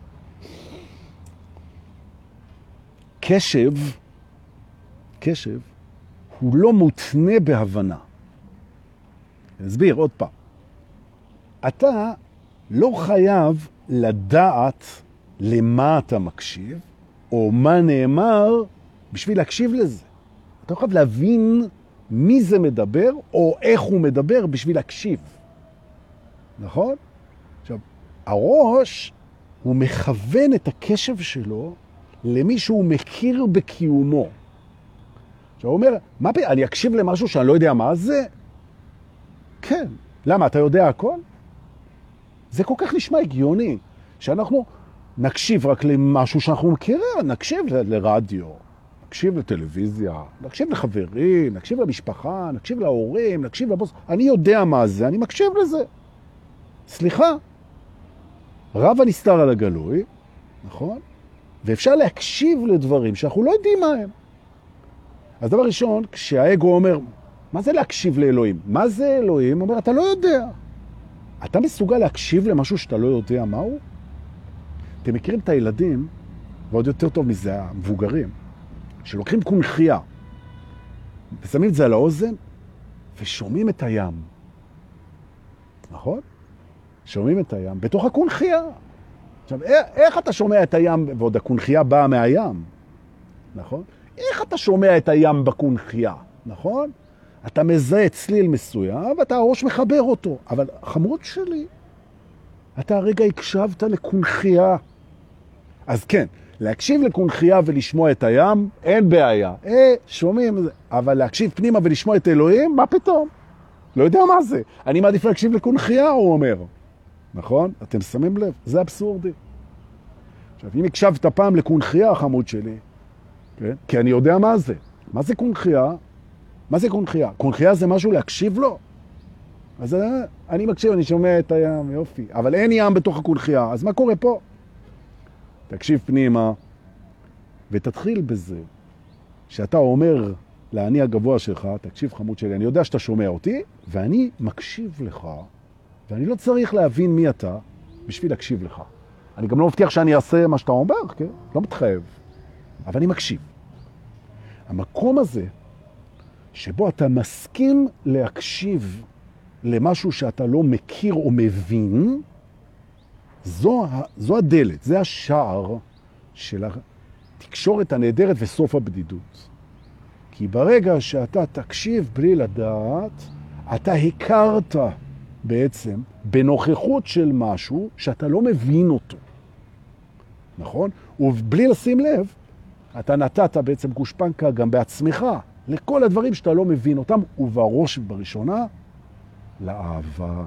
קשב, קשב, הוא לא מותנה בהבנה. אסביר עוד פעם. אתה לא חייב לדעת למה אתה מקשיב, או מה נאמר בשביל להקשיב לזה. אתה חייב להבין מי זה מדבר, או איך הוא מדבר בשביל להקשיב. נכון? עכשיו, הראש הוא מכוון את הקשב שלו למי שהוא מכיר בקיומו. עכשיו, הוא אומר, מה, אני אקשיב למשהו שאני לא יודע מה זה? כן. למה? אתה יודע הכל? זה כל כך נשמע הגיוני, שאנחנו נקשיב רק למשהו שאנחנו מכירים, נקשיב ל- לרדיו, נקשיב לטלוויזיה, נקשיב לחברים, נקשיב למשפחה, נקשיב להורים, נקשיב לבוס. אני יודע מה זה, אני מקשיב לזה. סליחה, רב הנסתר על הגלוי, נכון? ואפשר להקשיב לדברים שאנחנו לא יודעים מה הם. אז דבר ראשון, כשהאגו אומר, מה זה להקשיב לאלוהים? מה זה אלוהים? הוא אומר, אתה לא יודע. אתה מסוגל להקשיב למשהו שאתה לא יודע מהו? אתם מכירים את הילדים, ועוד יותר טוב מזה, המבוגרים, שלוקחים קונחייה, ושמים את זה על האוזן, ושומעים את הים. נכון? שומעים את הים בתוך הקונחייה. עכשיו, איך אתה שומע את הים, ועוד הקונחייה באה מהים, נכון? איך אתה שומע את הים בקונחייה, נכון? אתה מזהה צליל מסוים, ואתה הראש מחבר אותו. אבל חמוד שלי, אתה הרגע הקשבת לקונחייה. אז כן, להקשיב לקונחייה ולשמוע את הים, אין בעיה. אה, שומעים, אבל להקשיב פנימה ולשמוע את אלוהים, מה פתאום? לא יודע מה זה. אני מעדיף להקשיב לקונחייה, הוא אומר. נכון? אתם שמים לב? זה אבסורדי. עכשיו, אם הקשבת פעם לקונחייה, חמוד שלי, כן? כי אני יודע מה זה. מה זה קונחייה? מה זה קונחייה? קונחייה זה משהו להקשיב לו. אז אני מקשיב, אני שומע את הים, יופי. אבל אין ים בתוך הקונחייה, אז מה קורה פה? תקשיב פנימה, ותתחיל בזה, שאתה אומר לעני הגבוה שלך, תקשיב חמוד שלי, אני יודע שאתה שומע אותי, ואני מקשיב לך, ואני לא צריך להבין מי אתה, בשביל להקשיב לך. אני גם לא מבטיח שאני אעשה מה שאתה אומר, כן? לא מתחייב. אבל אני מקשיב. המקום הזה, שבו אתה מסכים להקשיב למשהו שאתה לא מכיר או מבין, זו, זו הדלת, זה השער של התקשורת הנהדרת וסוף הבדידות. כי ברגע שאתה תקשיב בלי לדעת, אתה הכרת בעצם בנוכחות של משהו שאתה לא מבין אותו. נכון? ובלי לשים לב, אתה נתת בעצם גושפנקה גם בעצמך, לכל הדברים שאתה לא מבין אותם, ובראש בראשונה, לאהבה.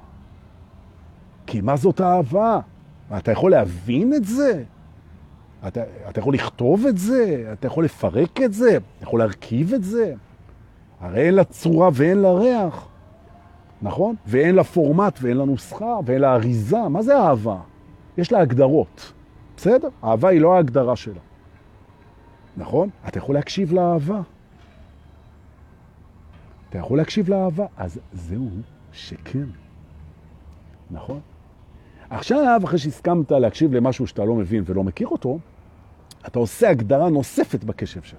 כי מה זאת האהבה? אתה יכול להבין את זה? אתה, אתה יכול לכתוב את זה? אתה יכול לפרק את זה? אתה יכול להרכיב את זה? הרי אין לה צורה ואין לה ריח, נכון? ואין לה פורמט ואין לה נוסחה ואין לה אריזה. מה זה אהבה? יש לה הגדרות. בסדר? אהבה היא לא ההגדרה שלה. נכון? אתה יכול להקשיב לאהבה. אתה יכול להקשיב לאהבה. אז זהו שכן. נכון? עכשיו, אחרי שהסכמת להקשיב למשהו שאתה לא מבין ולא מכיר אותו, אתה עושה הגדרה נוספת בקשב שלך.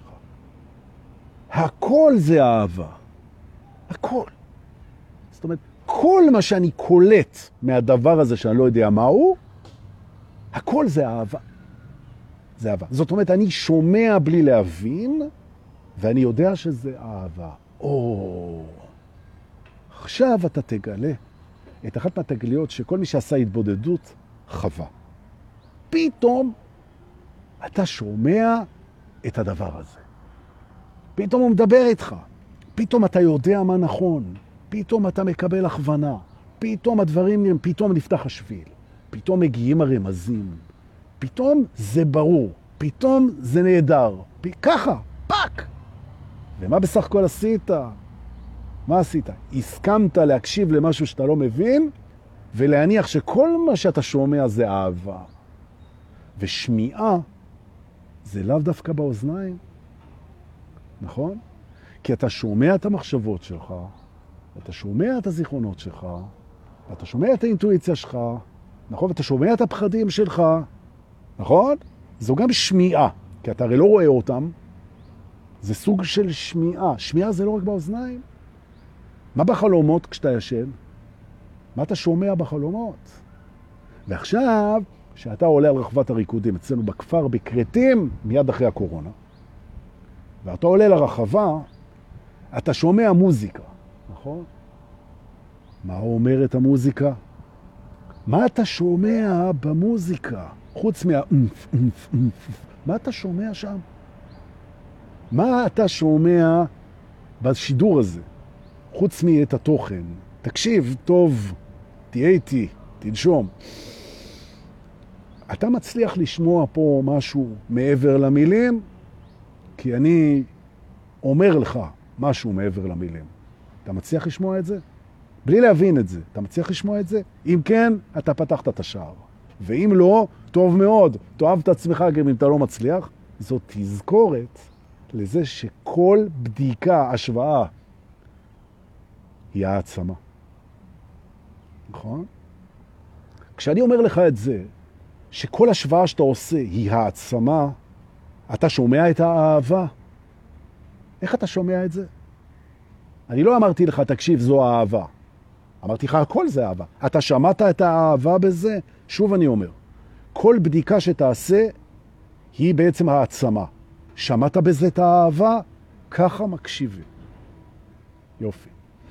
הכל זה אהבה. הכל. זאת אומרת, כל מה שאני קולט מהדבר הזה שאני לא יודע מהו, הכל זה אהבה. זה אהבה. זאת אומרת, אני שומע בלי להבין, ואני יודע שזה אהבה. או, עכשיו אתה תגלה את אחת מהתגליות שכל מי שעשה התבודדות חווה. פתאום אתה שומע את הדבר הזה. פתאום הוא מדבר איתך. פתאום אתה יודע מה נכון. פתאום אתה מקבל הכוונה. פתאום הדברים, פתאום נפתח השביל. פתאום מגיעים הרמזים. פתאום זה ברור. פתאום זה נהדר. פ... ככה, פק. ומה בסך הכל עשית? מה עשית? הסכמת להקשיב למשהו שאתה לא מבין, ולהניח שכל מה שאתה שומע זה אהבה. ושמיעה זה לאו דווקא באוזניים. נכון? כי אתה שומע את המחשבות שלך, אתה שומע את הזיכרונות שלך, אתה שומע את האינטואיציה שלך, נכון? ואתה שומע את הפחדים שלך, נכון? זו גם שמיעה, כי אתה הרי לא רואה אותם. זה סוג של שמיעה. שמיעה זה לא רק באוזניים. מה בחלומות כשאתה ישן? מה אתה שומע בחלומות? ועכשיו, כשאתה עולה על רחבת הריקודים, אצלנו בכפר, בקרטים, מיד אחרי הקורונה, ואתה עולה לרחבה, אתה שומע מוזיקה, נכון? מה אומרת המוזיקה? מה אתה שומע במוזיקה? חוץ מה... מה אתה שומע שם? מה אתה שומע בשידור הזה? חוץ מאת התוכן. תקשיב טוב, תהיה איתי, תנשום. אתה מצליח לשמוע פה משהו מעבר למילים? כי אני אומר לך משהו מעבר למילים. אתה מצליח לשמוע את זה? בלי להבין את זה. אתה מצליח לשמוע את זה? אם כן, אתה פתחת את השער. ואם לא, טוב מאוד. תאהב את עצמך גם אם אתה לא מצליח. זאת תזכורת לזה שכל בדיקה, השוואה, היא העצמה. נכון? כשאני אומר לך את זה, שכל השוואה שאתה עושה היא העצמה, אתה שומע את האהבה. איך אתה שומע את זה? אני לא אמרתי לך, תקשיב, זו האהבה. אמרתי לך, הכל זה אהבה. אתה שמעת את האהבה בזה? שוב אני אומר, כל בדיקה שתעשה היא בעצם העצמה. שמעת בזה את האהבה? ככה מקשיבים. יופי.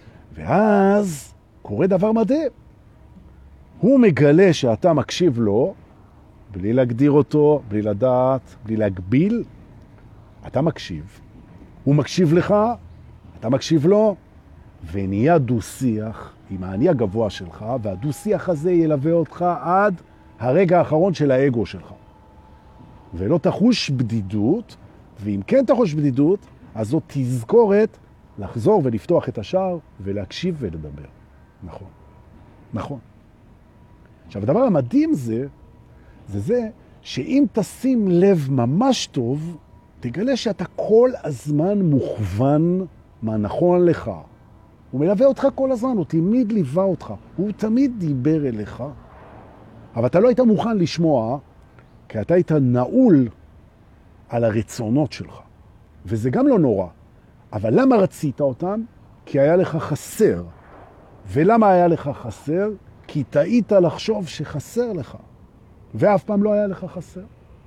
ואז קורה דבר מדהים. הוא מגלה שאתה מקשיב לו, בלי להגדיר אותו, בלי לדעת, בלי להגביל. אתה מקשיב. הוא מקשיב לך, אתה מקשיב לו, ונהיה דו-שיח עם העני הגבוה שלך, והדו-שיח הזה ילווה אותך עד הרגע האחרון של האגו שלך. ולא תחוש בדידות, ואם כן תחוש בדידות, אז זאת תזכורת לחזור ולפתוח את השער ולהקשיב ולדבר. נכון. נכון. עכשיו, הדבר המדהים זה, זה זה שאם תשים לב ממש טוב, תגלה שאתה כל הזמן מוכוון מה נכון לך. הוא מלווה אותך כל הזמן, הוא תמיד ליווה אותך, הוא תמיד דיבר אליך, אבל אתה לא היית מוכן לשמוע, כי אתה היית נעול על הרצונות שלך. וזה גם לא נורא. אבל למה רצית אותם? כי היה לך חסר. ולמה היה לך חסר? כי טעית לחשוב שחסר לך. ואף פעם לא היה לך חסר.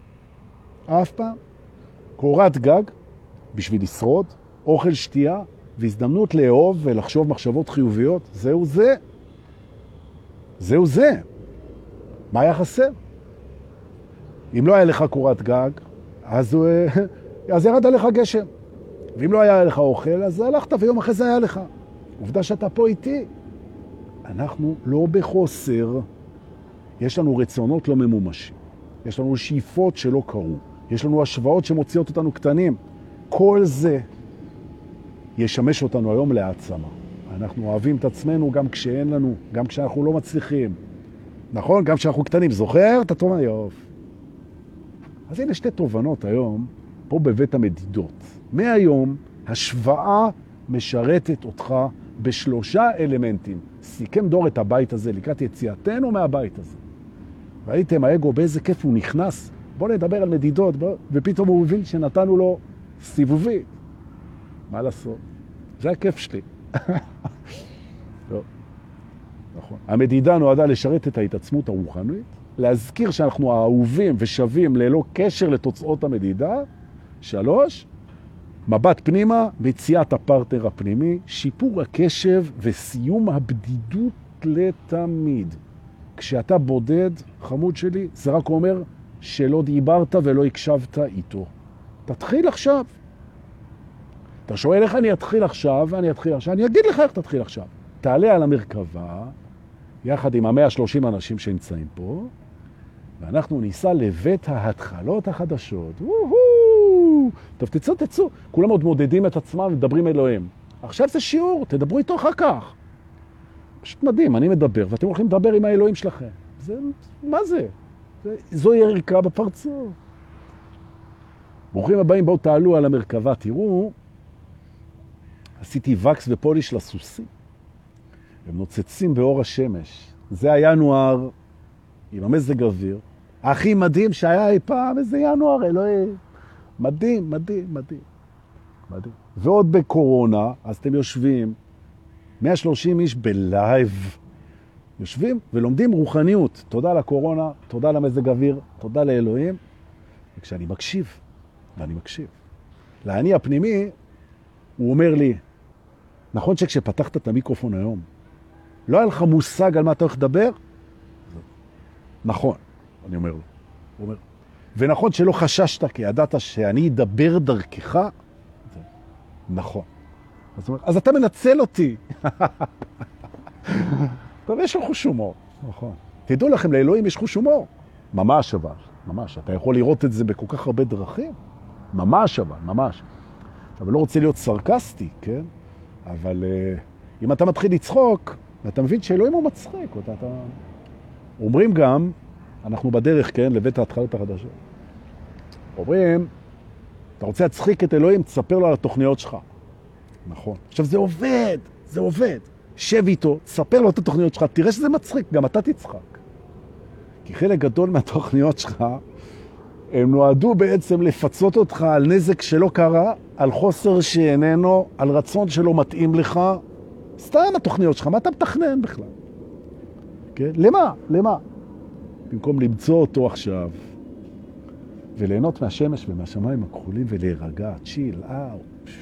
אף פעם. קורת גג, בשביל לשרוד, אוכל שתייה, והזדמנות לאהוב ולחשוב מחשבות חיוביות. זהו זה. זהו זה. מה היה חסר? אם לא היה לך קורת גג, אז, אז ירד עליך גשם. ואם לא היה לך אוכל, אז הלכת ויום אחרי זה היה לך. עובדה שאתה פה איתי. אנחנו לא בחוסר. יש לנו רצונות לא ממומשים. יש לנו שאיפות שלא קרו. יש לנו השוואות שמוציאות אותנו קטנים. כל זה ישמש אותנו היום להעצמה. אנחנו אוהבים את עצמנו גם כשאין לנו, גם כשאנחנו לא מצליחים. נכון? גם כשאנחנו קטנים. זוכר? אתה תומע יאוף. אז הנה שתי תובנות היום, פה בבית המדידות. מהיום, השוואה משרתת אותך בשלושה אלמנטים. סיכם דור את הבית הזה, לקראת יציאתנו מהבית הזה. ראיתם, האגו, באיזה כיף הוא נכנס. בוא נדבר על מדידות, בוא. ופתאום הוא מבין שנתנו לו סיבובי. מה לעשות? זה הכיף שלי. לא. נכון. המדידה נועדה לשרת את ההתעצמות הרוחנית, להזכיר שאנחנו אהובים ושווים ללא קשר לתוצאות המדידה. שלוש, מבט פנימה, מציאת הפרטנר הפנימי, שיפור הקשב וסיום הבדידות לתמיד. כשאתה בודד, חמוד שלי, זה רק אומר שלא דיברת ולא הקשבת איתו. תתחיל עכשיו. אתה שואל איך אני אתחיל עכשיו, ואני אתחיל עכשיו, אני אגיד לך איך תתחיל עכשיו. תעלה על המרכבה, יחד עם ה-מאה ושלושים אנשים שנמצאים פה, ואנחנו ניסע לבית ההתחלות החדשות. וואו! טוב, תצאו, תצאו. כולם עוד מודדים את עצמם ומדברים אלוהים. עכשיו זה שיעור, תדברו איתו אחר כך. פשוט מדהים, אני מדבר, ואתם הולכים לדבר עם האלוהים שלכם. זה, מה זה? זה זו יריקה בפרצוף. ברוכים הבאים, בואו תעלו על המרכבה, תראו, עשיתי וקס ופוליש לסוסים. הם נוצצים באור השמש. זה הינואר עם המזג אוויר. הכי מדהים שהיה אי פעם, איזה ינואר, אלוהים. מדהים, מדהים, מדהים. מדהים. ועוד בקורונה, אז אתם יושבים, מאה ושלושים איש בלייב, יושבים ולומדים רוחניות. תודה לקורונה, תודה למזג אוויר, תודה לאלוהים. וכשאני מקשיב, ואני מקשיב, לעני הפנימי, הוא אומר לי, נכון שכשפתחת את המיקרופון היום, לא היה לך מושג על מה אתה הולך לדבר? נכון, אני אומר לו. הוא אומר, ונכון שלא חששת, כי ידעת שאני אדבר דרכך? נכון. אז, אומר, אז אתה מנצל אותי. טוב, יש לו חוש הומור. נכון. תדעו לכם, לאלוהים יש חוש הומור. ממש אבל, ממש. אתה יכול לראות את זה בכל כך הרבה דרכים. ממש אבל, ממש. אבל לא רוצה להיות סרקסטי, כן? אבל uh, אם אתה מתחיל לצחוק, אתה מבין שאלוהים הוא מצחיק. אתה, אתה... אומרים גם, אנחנו בדרך, כן, לבית ההתחלות החדשות. אומרים, אתה רוצה להצחיק את אלוהים, תספר לו על התוכניות שלך. נכון. עכשיו זה עובד, זה עובד. שב איתו, תספר לו את התוכניות שלך, תראה שזה מצחיק, גם אתה תצחק. כי חלק גדול מהתוכניות שלך, הם נועדו בעצם לפצות אותך על נזק שלא קרה, על חוסר שאיננו, על רצון שלא מתאים לך. סתם התוכניות שלך, מה אתה מתכנן בכלל? כן? למה? למה? במקום למצוא אותו עכשיו, וליהנות מהשמש ומהשמיים הכחולים ולהירגע, צ'יל, אאו,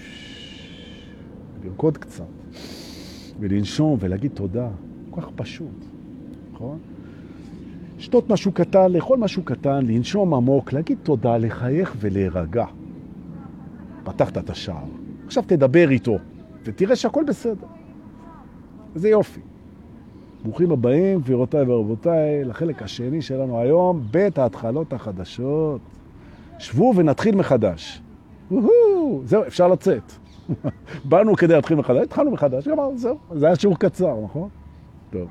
לרקוד קצת, ולנשום ולהגיד תודה, כל כך פשוט, נכון? שתות משהו קטן, לאכול משהו קטן, לנשום עמוק, להגיד תודה, לחייך ולהירגע. פתחת את השער, עכשיו תדבר איתו, ותראה שהכל בסדר. וזה יופי. ברוכים הבאים, גבירותיי ורבותיי, לחלק השני שלנו היום, בית ההתחלות החדשות. שבו ונתחיל מחדש. וואו, זהו, אפשר לצאת. באנו כדי להתחיל מחדש, התחלנו מחדש, גמר, זהו. זה היה שיעור קצר, נכון? טוב.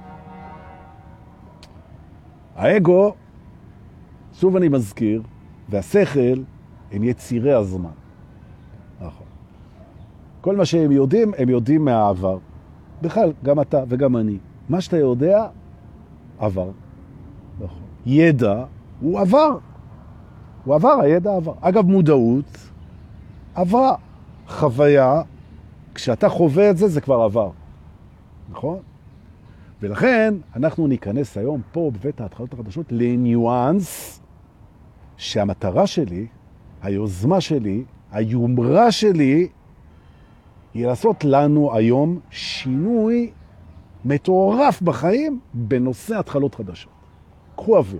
האגו, שוב אני מזכיר, והשכל הם יצירי הזמן. נכון. כל מה שהם יודעים, הם יודעים מהעבר. בכלל, גם אתה וגם אני. מה שאתה יודע, עבר. נכון. ידע הוא עבר. הוא עבר, הידע עבר. אגב, מודעות עברה. חוויה, כשאתה חווה את זה, זה כבר עבר. נכון? ולכן, אנחנו ניכנס היום פה בבית ההתחלות החדשות לניואנס שהמטרה שלי, היוזמה שלי, היומרה שלי, היא לעשות לנו היום שינוי מטורף בחיים בנושא התחלות חדשות. קחו אוויר.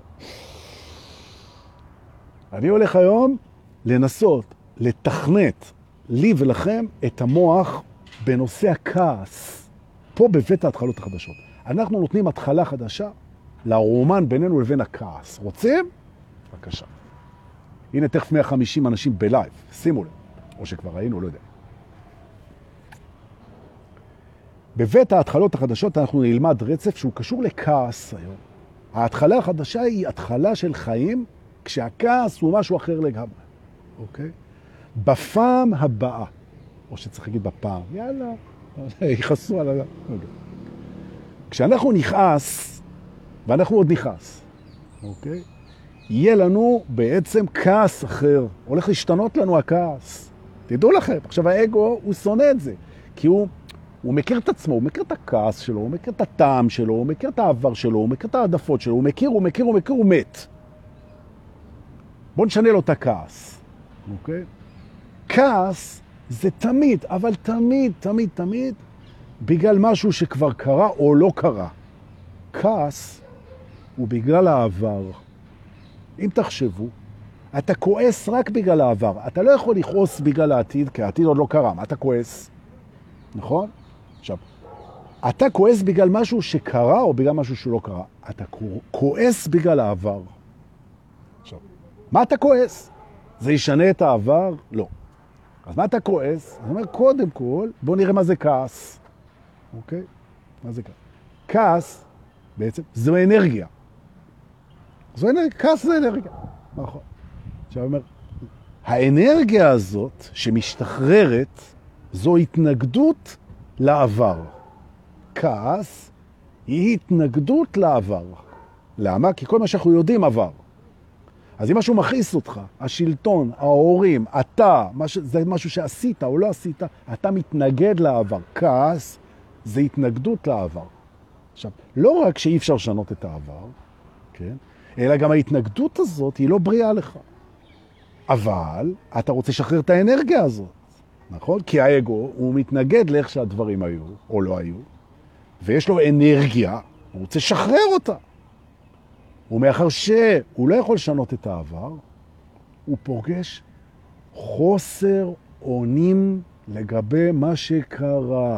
אני הולך היום לנסות לתכנת לי ולכם את המוח בנושא הכעס, פה בבית ההתחלות החדשות. אנחנו נותנים התחלה חדשה לרומן בינינו לבין הכעס. רוצים? בבקשה. הנה תכף מאה וחמישים אנשים בלייב, שימו לב, או שכבר ראינו, לא יודע. בבית ההתחלות החדשות אנחנו נלמד רצף שהוא קשור לכעס היום. ההתחלה החדשה היא התחלה של חיים, כשהכעס הוא משהו אחר לגמרי. אוקיי? בפעם הבאה, או שצריך להגיד בפעם, יאללה, יחסו על ה... כשאנחנו נכעס, ואנחנו עוד נכעס, אוקיי? יהיה לנו בעצם כעס אחר, הולך להשתנות לנו הכעס. תדעו לכם, עכשיו האגו הוא שונא את זה, כי הוא, הוא מכיר את עצמו, הוא מכיר את הכעס שלו, הוא מכיר את הטעם שלו, הוא מכיר את העבר שלו, הוא מכיר את העדפות שלו, הוא מכיר, הוא מכיר, הוא מכיר, הוא מת. בואו נשנה לו את הכעס, אוקיי? כעס זה תמיד, אבל תמיד, תמיד, תמיד, בגלל משהו שכבר קרה או לא קרה. כעס הוא בגלל העבר. אם תחשבו, אתה כועס רק בגלל העבר. אתה לא יכול לכעוס בגלל העתיד, כי העתיד עוד לא קרה. מה אתה כועס? נכון? עכשיו, אתה כועס בגלל משהו שקרה או בגלל משהו שלא קרה. אתה כועס בגלל העבר. עכשיו, מה אתה כועס? זה ישנה את העבר? לא. אז מה אתה כועס? אני אומר, קודם כל, בוא נראה מה זה כעס. אוקיי? מה זה כעס? כעס, בעצם, זו אנרגיה. זו אנרגיה, כעס זה אנרגיה. נכון. עכשיו אני אומר, האנרגיה הזאת שמשתחררת, זו התנגדות לעבר. כעס היא התנגדות לעבר. למה? כי כל מה שאנחנו יודעים עבר. אז אם משהו מכעיס אותך, השלטון, ההורים, אתה, זה משהו שעשית או לא עשית, אתה מתנגד לעבר. כעס זה התנגדות לעבר. עכשיו, לא רק שאי אפשר לשנות את העבר, כן? אלא גם ההתנגדות הזאת היא לא בריאה לך. אבל אתה רוצה לשחרר את האנרגיה הזאת, נכון? כי האגו הוא מתנגד לאיך שהדברים היו או לא היו, ויש לו אנרגיה, הוא רוצה לשחרר אותה. ומאחר שהוא לא יכול לשנות את העבר, הוא פוגש חוסר אונים לגבי מה שקרה.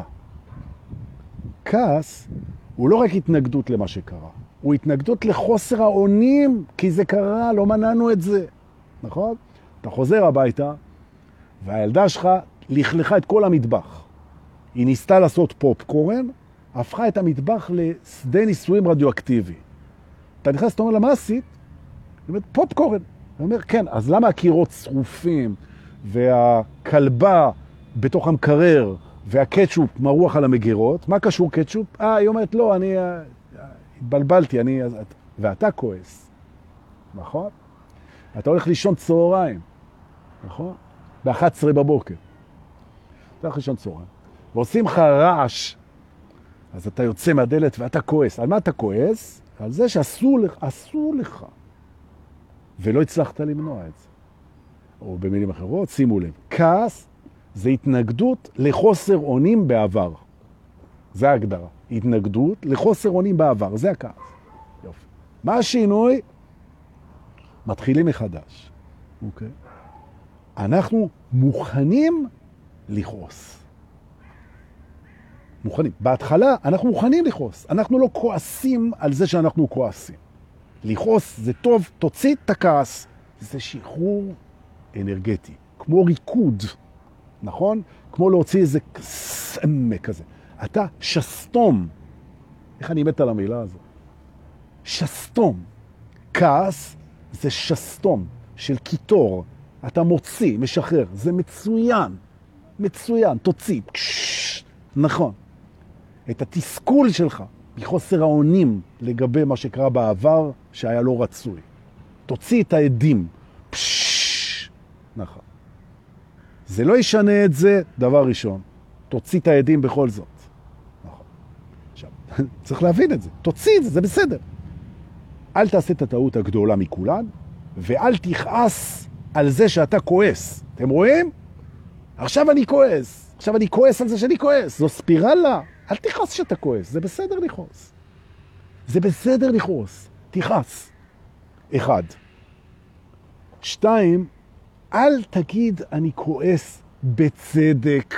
כעס הוא לא רק התנגדות למה שקרה, הוא התנגדות לחוסר האונים, כי זה קרה, לא מנענו את זה. נכון? אתה חוזר הביתה, והילדה שלך לכלכה את כל המטבח. היא ניסתה לעשות פופקורן, הפכה את המטבח לשדה ניסויים רדיואקטיבי. אתה נכנס, אתה אומר לה, מה עשית? היא אומרת, פופקורן. אני אומר, כן, אז למה הקירות שרופים, והכלבה בתוך המקרר, והקטשופ מרוח על המגירות? מה קשור קטשופ? אה, היא אומרת, לא, אני התבלבלתי, אני... ואתה כועס. נכון? אתה הולך לישון צהריים. נכון? ב-אחת עשרה בבוקר. אתה הולך לישון צהריים. ועושים לך רעש. אז אתה יוצא מהדלת ואתה כועס. על מה אתה כועס? על זה שאסור לך, אסור לך, ולא הצלחת למנוע את זה. או במילים אחרות, שימו לב, כעס זה התנגדות לחוסר אונים בעבר. זה ההגדרה. התנגדות לחוסר אונים בעבר, זה הכעס. יופי. מה השינוי? מתחילים מחדש. אוקיי? אנחנו מוכנים לכעוס. מוכנים. בהתחלה אנחנו מוכנים לכעוס. אנחנו לא כועסים על זה שאנחנו כועסים. לכעוס זה טוב, תוציא את הכעס. זה שחרור אנרגטי. כמו ריקוד. נכון? כמו להוציא איזה סמק כזה. אתה שסתום. איך אני מת על המילה הזו? שסתום. כעס זה שסתום של קיטור. אתה מוציא, משחרר. זה מצוין. מצוין. תוציא. קש, נכון. את התסכול שלך מחוסר האונים לגבי מה שקרה בעבר שהיה לא רצוי. תוציא את העדים. פש, נכון. זה לא ישנה את זה, דבר ראשון. תוציא את העדים בכל זאת. נכון. עכשיו, צריך להבין את זה. תוציא את זה, זה בסדר. אל תעשה את הטעות הגדולה מכולן, ואל תכעס על זה שאתה כועס. אתם רואים? עכשיו אני כועס. עכשיו אני כועס על זה שאני כועס. זו ספירלה. אל תכעס שאתה כועס. זה בסדר לכעוס. זה בסדר לכעוס. תכעס. אחד. שתיים, אל תגיד אני כועס בצדק.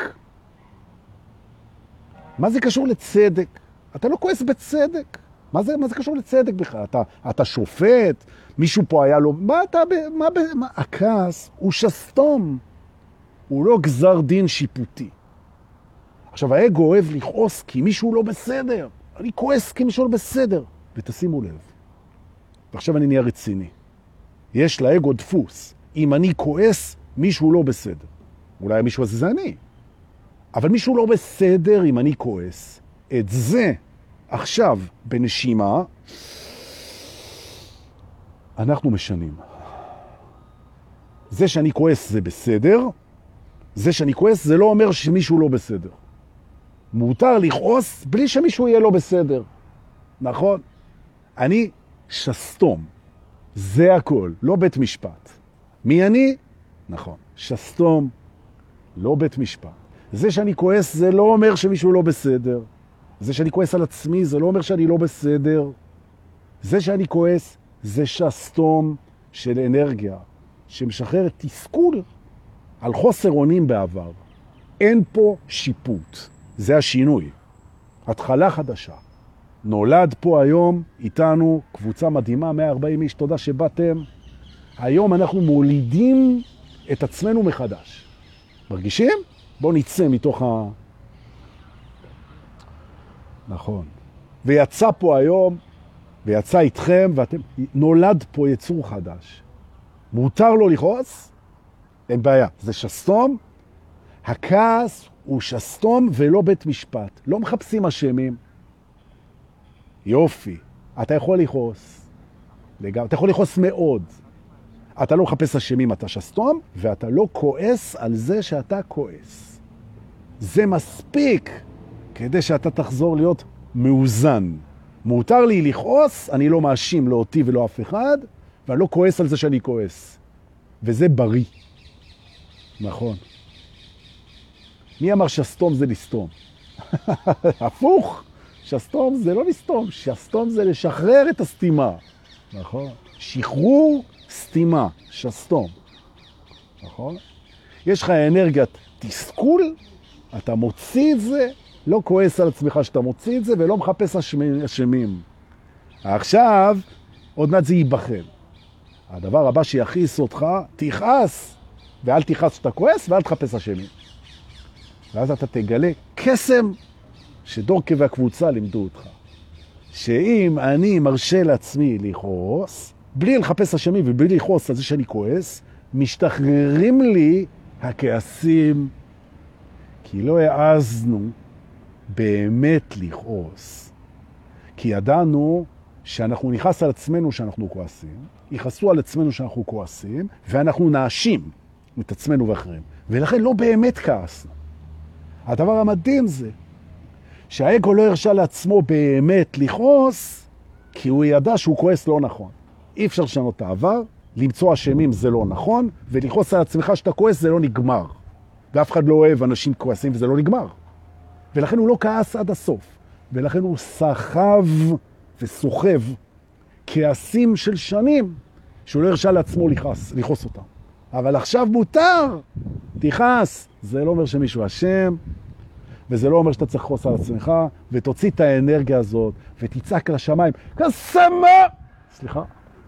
מה זה קשור לצדק? אתה לא כועס בצדק. מה זה, מה זה קשור לצדק בכלל? אתה, אתה שופט, מישהו פה היה לו... מה אתה... מה, מה, הכעס הוא שסתום. הוא לא גזר דין שיפוטי. עכשיו, האגו אוהב לכעוס כי מישהו לא בסדר. אני כועס כי מישהו לא בסדר. ותשימו לב. ועכשיו אני נהיה רציני. יש לאגו דפוס. אם אני כועס, מישהו לא בסדר. אולי מישהו הזה זה אני. אבל מישהו לא בסדר אם אני כועס. את זה, עכשיו, בנשימה, אנחנו משנים. זה שאני כועס זה בסדר, זה שאני כועס זה לא אומר שמישהו לא בסדר. מותר לכעוס בלי שמישהו יהיה לא בסדר. נכון? אני שסתום. זה הכל, לא בית משפט. מי אני? נכון. שסתום, לא בית משפט. זה שאני כועס זה לא אומר שמישהו לא בסדר. זה שאני כועס על עצמי זה לא אומר שאני לא בסדר. זה שאני כועס זה שסתום של אנרגיה שמשחררת תסכול על חוסר אונים בעבר. אין פה שיפוט. זה השינוי. התחלה חדשה. נולד פה היום איתנו קבוצה מדהימה, מאה וארבעים איש, תודה שבאתם. היום אנחנו מולידים את עצמנו מחדש. מרגישים? בואו נצא מתוך ה... נכון. ויצא פה היום, ויצא איתכם, ואתם... נולד פה יצור חדש. מותר לו לכעוס? אין בעיה. זה שסתום. הכעס הוא שסתום ולא בית משפט. לא מחפשים אשמים. יופי. אתה יכול לכעוס. לגמרי. אתה יכול לכעוס מאוד. אתה לא מחפש אשמים, אתה שסתום, ואתה לא כועס על זה שאתה כועס. זה מספיק כדי שאתה תחזור להיות מאוזן. מותר לי לכעוס, אני לא מאשים לא אותי ולא אף אחד, ואני לא כועס על זה שאני כועס. וזה בריא. נכון. מי אמר שסתום זה לסתום? הפוך. שסתום זה לא לסתום, שסתום זה לשחרר את הסתימה. נכון? שחרור סתימה, שסתום. נכון? יש לך אנרגיית תסכול, אתה מוציא את זה, לא כועס על עצמך שאתה מוציא את זה, ולא מחפש אשמים. עכשיו, עוד מעט זה ייבחן. הדבר הבא שיכעיס אותך, תכעס, ואל תכעס שאתה כועס, ואל תחפש אשמים. ואז אתה תגלה קסם שדורקה והקבוצה לימדו אותך. שאם אני מרשה לעצמי לכעוס, בלי לחפש אשמים ובלי לכעוס על זה שאני כועס, משתחררים לי הכעסים, כי לא העזנו באמת לכעוס. כי ידענו שאנחנו נכעס על עצמנו שאנחנו כועסים, יכעסו על עצמנו שאנחנו כועסים, ואנחנו נאשים את עצמנו ואחרים. ולכן לא באמת כעסנו. הדבר המדהים זה שהאגו לא הרשה לעצמו באמת לכעוס, כי הוא ידע שהוא כועס לא נכון. אי אפשר לשנות את העבר, למצוא אשמים זה לא נכון, ולכעוס על עצמך שאתה כועס זה לא נגמר. ואף אחד לא אוהב אנשים כועסים וזה לא נגמר. ולכן הוא לא כעס עד הסוף. ולכן הוא סחב וסוחב כעסים של שנים, שהוא לא הרשה לעצמו לכעוס, לכעוס אותם. אבל עכשיו מותר, תכעס. זה לא אומר שמישהו אשם, וזה לא אומר שאתה צריך לכעוס על עצמך, ותוציא את האנרגיה הזאת, ותצעק לשמיים, קסמה! סליחה.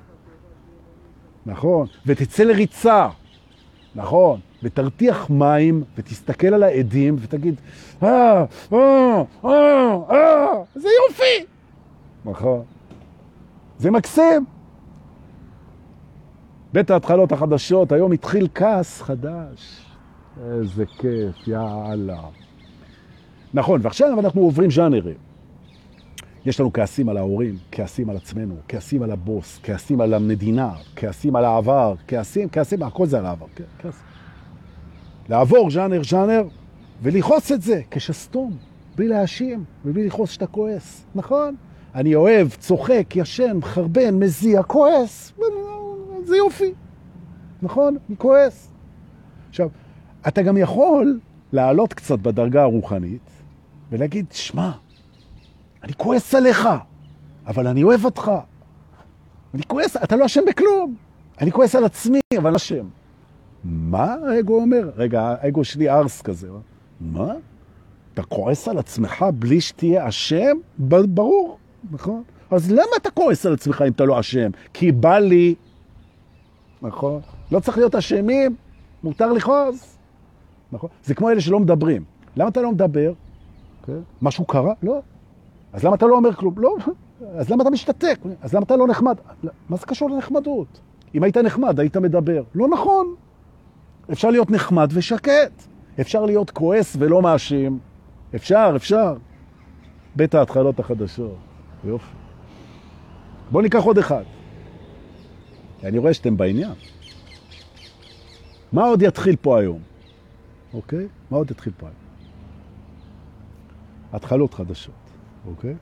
נכון. ותצא לריצה. נכון. ותרתיח מים, ותסתכל על העדים, ותגיד, אה, אה, אה, אה, זה יופי! נכון. זה מקסים. בית ההתחלות החדשות, היום התחיל כעס חדש. איזה כיף, יאללה. נכון, ועכשיו אנחנו עוברים ז'אנרים. יש לנו כעסים על ההורים, כעסים על עצמנו, כעסים על הבוס, כעסים על המדינה, כעסים על העבר, כעסים, כעסים, הכל זה על העבר. כעסים. לעבור ז'אנר, ז'אנר, ולכעוס את זה כשסתום, בלי להאשים, ובלי לכעוס שאתה כועס. נכון? אני אוהב, צוחק, ישן, חרבן, מזיע, כועס. זה יופי. נכון? אני כועס. עכשיו, אתה גם יכול לעלות קצת בדרגה הרוחנית, ולהגיד, שמע, אני כועס עליך, אבל אני אוהב אותך. אני כועס, אתה לא אשם בכלום. אני כועס על עצמי, אבל אני אשם. מה האגו אומר? רגע, האגו שלי ארס כזה. מה? אתה כועס על עצמך בלי שתהיה אשם? ברור, נכון? אז למה אתה כועס על עצמך אם אתה לא אשם? כי בא לי, נכון? לא צריך להיות אשמים, מותר לכעוס. נכון? זה כמו אלה שלא מדברים. למה אתה לא מדבר? Okay. משהו קרה? לא. אז למה אתה לא אומר כלום? לא. אז למה אתה משתתק? אז למה אתה לא נחמד? מה זה קשור לנחמדות? אם היית נחמד, היית מדבר. לא נכון. אפשר להיות נחמד ושקט. אפשר להיות כועס ולא מאשים. אפשר, אפשר. בית ההתחלות החדשות. יופי. בואו ניקח עוד אחד. אני רואה שאתם בעניין. מה עוד יתחיל פה היום? אוקיי? מה עוד יתחיל פה היום? התחלות חדשות. אוקיי?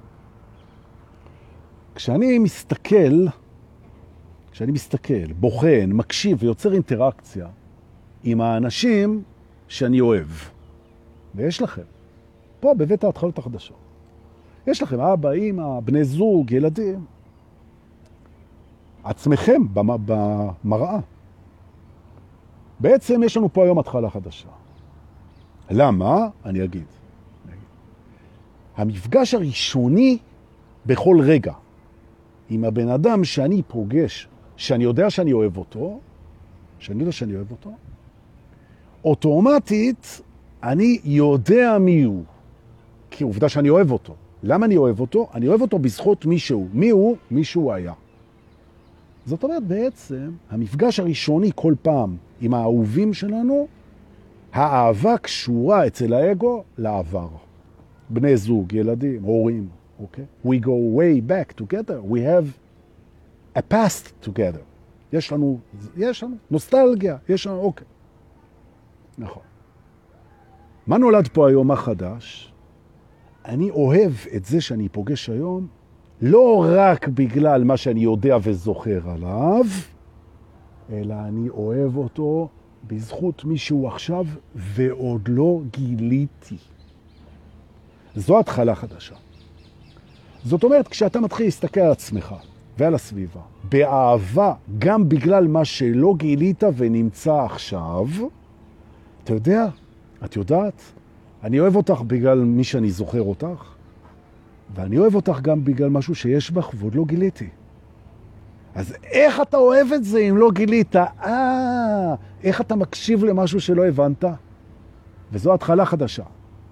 כשאני מסתכל, כשאני מסתכל, בוחן, מקשיב ויוצר אינטראקציה עם האנשים שאני אוהב, ויש לכם, פה בבית ההתחלות החדשות, יש לכם אבא, אמא, בני זוג, ילדים, עצמכם במראה. בעצם יש לנו פה היום התחלה חדשה. למה? אני אגיד. המפגש הראשוני בכל רגע עם הבן אדם שאני פוגש, שאני יודע שאני אוהב אותו, שאני יודע שאני אוהב אותו, אוטומטית אני יודע מי הוא, כי עובדה שאני אוהב אותו. למה אני אוהב אותו? אני אוהב אותו בזכות מישהו. מי הוא? מישהו היה. זאת אומרת, בעצם, המפגש הראשוני כל פעם עם האהובים שלנו, האהבה קשורה אצל האגו לעבר. בני זוג, ילדים, הורים, אוקיי? We go way back together. We have a past together. יש לנו, יש לנו נוסטלגיה, יש לנו, אוקיי. נכון. מה נולד פה היום החדש? אני אוהב את זה שאני פוגש היום, לא רק בגלל מה שאני יודע וזוכר עליו, אלא אני אוהב אותו בזכות מישהו עכשיו ועוד לא גיליתי. זו התחלה חדשה. זאת אומרת, כשאתה מתחיל להסתכל על עצמך ועל הסביבה, באהבה, גם בגלל מה שלא גילית ונמצא עכשיו, אתה יודע, את יודעת, אני אוהב אותך בגלל מי שאני זוכר אותך, ואני אוהב אותך גם בגלל משהו שיש בך ועוד לא גיליתי. אז איך אתה אוהב את זה אם לא גילית? אה, איך אתה מקשיב למשהו שלא הבנת? וזו התחלה חדשה.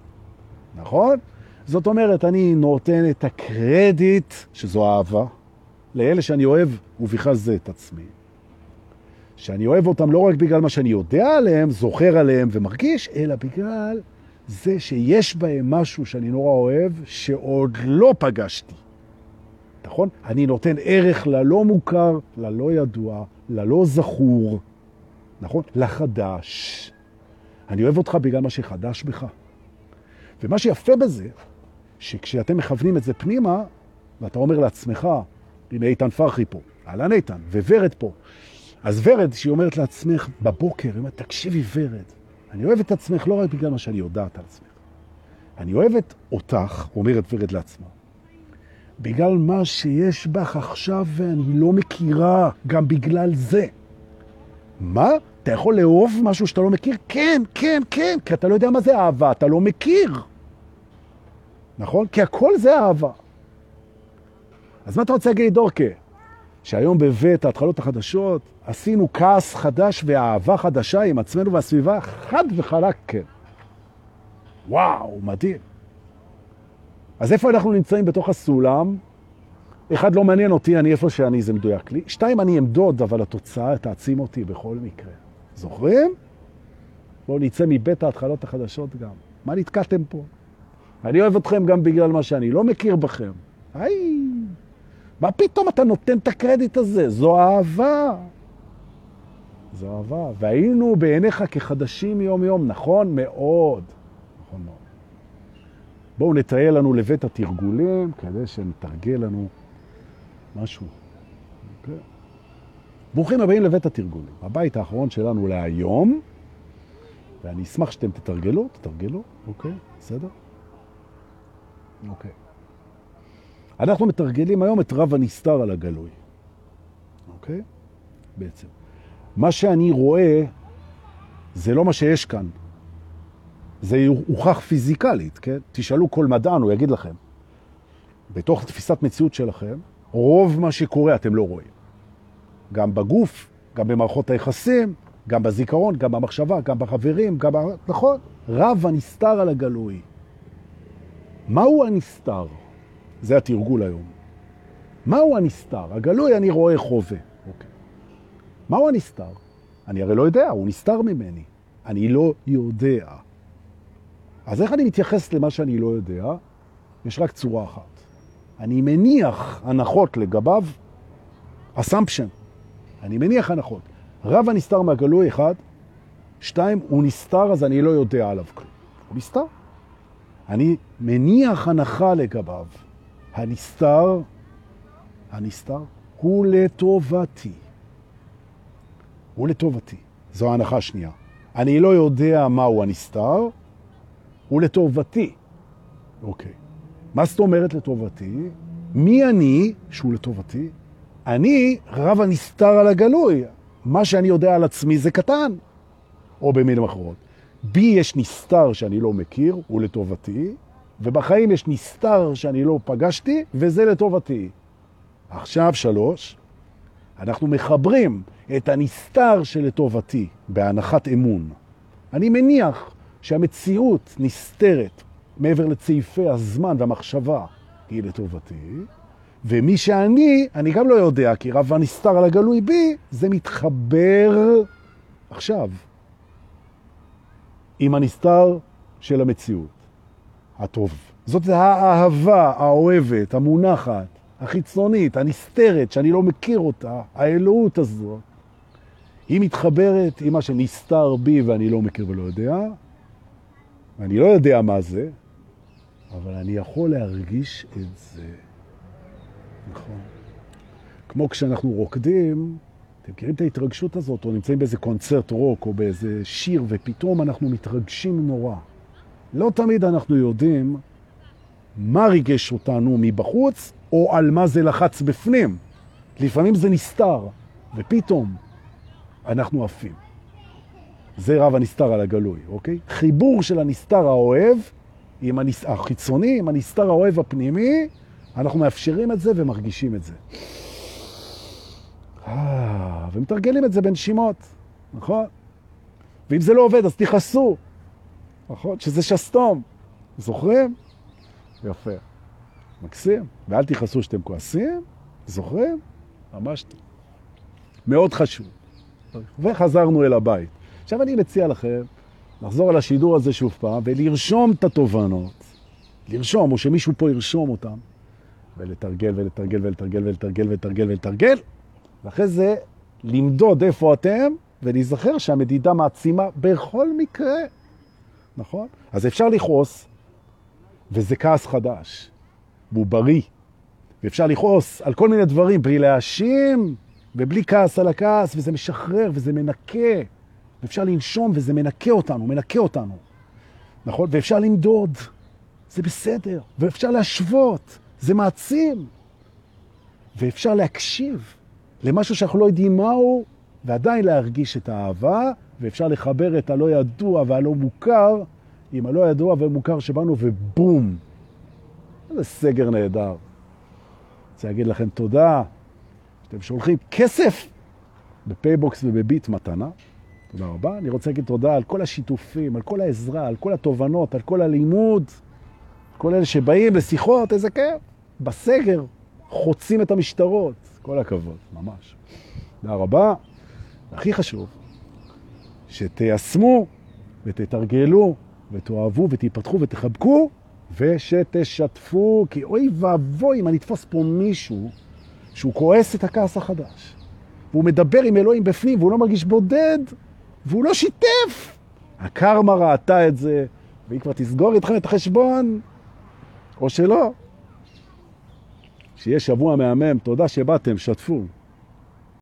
נכון? זאת אומרת, אני נותן את הקרדיט, שזו אהבה, לאלה שאני אוהב, ובכלל זה את עצמי. שאני אוהב אותם לא רק בגלל מה שאני יודע עליהם, זוכר עליהם ומרגיש, אלא בגלל זה שיש בהם משהו שאני נורא אוהב, שעוד לא פגשתי. נכון? אני נותן ערך ללא מוכר, ללא ידוע, ללא זכור, נכון? לחדש. אני אוהב אותך בגלל מה שחדש בך. ומה שיפה בזה, שכשאתם מכוונים את זה פנימה, ואתה אומר לעצמך, הנה איתן פרחי פה, אהלן איתן, וורד פה. אז ורד, שהיא אומרת לעצמך בבוקר, היא אומרת, תקשיבי ורד, אני אוהבת את עצמך לא רק בגלל מה שאני יודעת על עצמך. אני אוהבת אותך, אומרת ורד לעצמה, בגלל מה שיש בך עכשיו ואני לא מכירה, גם בגלל זה. מה? אתה יכול לאהוב משהו שאתה לא מכיר? כן, כן, כן, כי אתה לא יודע מה זה אהבה, אתה לא מכיר. נכון? כי הכל זה אהבה. אז מה אתה רוצה להגיד, דורקה? שהיום בבית ההתחלות החדשות עשינו כעס חדש ואהבה חדשה עם עצמנו והסביבה, חד וחלק, כן. וואו, מדהים. אז איפה אנחנו נמצאים בתוך הסולם? אחד, לא מעניין אותי, אני איפה שאני, זה מדויק לי. שתיים, אני אמדוד, אבל התוצאה תעצים אותי בכל מקרה. זוכרים? בואו נצא מבית ההתחלות החדשות גם. מה נתקעתם פה? אני אוהב אתכם גם בגלל מה שאני לא מכיר בכם. היי, מה פתאום אתה נותן את הקרדיט הזה? זו אהבה. זו אהבה. והיינו בעיניך כחדשים יום יום, נכון מאוד. נכון מאוד. בואו נטייל לנו לבית התרגולים, כדי שנתרגל לנו משהו. Okay. ברוכים הבאים לבית התרגולים. הבית האחרון שלנו להיום, ואני אשמח שאתם תתרגלו, תתרגלו, אוקיי, בסדר? אוקיי. אנחנו מתרגלים היום את רב הנסתר על הגלוי. אוקיי? בעצם. מה שאני רואה, זה לא מה שיש כאן. זה הוכח פיזיקלית, כן? תשאלו כל מדען, הוא יגיד לכם. בתוך תפיסת מציאות שלכם, רוב מה שקורה אתם לא רואים. גם בגוף, גם במערכות היחסים, גם בזיכרון, גם במחשבה, גם בחברים, גם ב... נכון? רב הנסתר על הגלוי. מהו הנסתר? זה התרגול היום. מהו הנסתר? הגלוי אני רואה חווה. אוקיי. מהו הנסתר? אני הרי לא יודע, הוא נסתר ממני. אני לא יודע. אז איך אני מתייחס למה שאני לא יודע? יש רק צורה אחת. אני מניח הנחות לגביו, assumption. אני מניח הנחות. רב הנסתר מהגלוי אחד, שתיים, הוא נסתר אז אני לא יודע עליו כלום. הוא נסתר. אני מניח הנחה לגביו. הנסתר, הנסתר, הוא לטובתי. הוא לטובתי. זו ההנחה השנייה. אני לא יודע מהו הנסתר, הוא לטובתי. אוקיי. מה זאת אומרת לטובתי? מי אני שהוא לטובתי? אני רב הנסתר על הגלוי. מה שאני יודע על עצמי זה קטן. או במילים אחרות. בי יש נסתר שאני לא מכיר, הוא לטובתי, ובחיים יש נסתר שאני לא פגשתי, וזה לטובתי. עכשיו שלוש, אנחנו מחברים את הנסתר שלטובתי בהנחת אמון. אני מניח שהמציאות נסתרת מעבר לצעיפי הזמן והמחשבה היא לטובתי, ומי שאני, אני גם לא יודע, כי רב הנסתר על הגלוי בי, זה מתחבר עכשיו עם הנסתר של המציאות, הטוב. זאת האהבה, האוהבת, המונחת, החיצונית, הנסתרת, שאני לא מכיר אותה, האלוהות הזאת. היא מתחברת עם מה שנסתר בי ואני לא מכיר ולא יודע. אני לא יודע מה זה, אבל אני יכול להרגיש את זה. נכון. כמו כשאנחנו רוקדים, אתם מכירים את ההתרגשות הזאת, או נמצאים באיזה קונצרט רוק, או באיזה שיר, ופתאום אנחנו מתרגשים נורא. לא תמיד אנחנו יודעים מה ריגש אותנו מבחוץ, או על מה זה לחץ בפנים. לפעמים זה נסתר, ופתאום אנחנו עפים. זה רב הנסתר על הגלוי, אוקיי? חיבור של הנסתר האוהב, עם הנס... החיצוני, עם הנסתר האוהב הפנימי, אנחנו מאפשרים את זה ומרגישים את זה. אה, ומתרגלים את זה בנשימות, נכון? ואם זה לא עובד, אז תיחסו, נכון? שזה שסתום. זוכרים? יפה. מקסים. ואל תיחסו שאתם כועסים. זוכרים? ממש טוב. מאוד חשוב. וחזרנו אל הבית. עכשיו אני מציע לכם לחזור על השידור הזה שוב פעם, ולרשום את התובנות. לרשום, או שמישהו פה ירשום אותם. ולתרגל ולתרגל ולתרגל ולתרגל ולתרגל ולתרגל. ואחרי זה למדוד איפה אתם, ולהיזכר שהמדידה מעצימה בכל מקרה. נכון? אז אפשר לכעוס, וזה כעס חדש. והוא בריא. ואפשר לכעוס על כל מיני דברים בלי להאשים, ובלי כעס על הכעס, וזה משחרר וזה מנקה. ואפשר לנשום וזה מנקה אותנו, מנקה אותנו. נכון? ואפשר למדוד, זה בסדר. ואפשר להשוות, זה מעצים. ואפשר להקשיב למשהו שאנחנו לא יודעים מהו, ועדיין להרגיש את האהבה, ואפשר לחבר את הלא ידוע והלא מוכר, עם הלא ידוע ומוכר שבאנו, ובום. זה סגר נהדר. רוצה להגיד לכם תודה. אתם שולחים כסף בפייבוקס ובביט מתנה. תודה רבה. אני רוצה להגיד תודה על כל השיתופים, על כל העזרה, על כל התובנות, על כל הלימוד, כל אלה שבאים לשיחות, איזה כיף. בסגר, חוצים את המשטרות. כל הכבוד, ממש. תודה רבה. הכי חשוב, שתיישמו ותתרגלו ותאהבו ותיפתחו ותחבקו ושתשתפו, כי אוי ואבוי אם אני אתפוס פה מישהו שהוא כועס את הכעס החדש, והוא מדבר עם אלוהים בפנים והוא לא מרגיש בודד והוא לא שיתף. הקרמה ראתה את זה והיא כבר תסגור איתכם את החשבון, או שלא. שיהיה שבוע מהמם. תודה שבאתם, שתפו.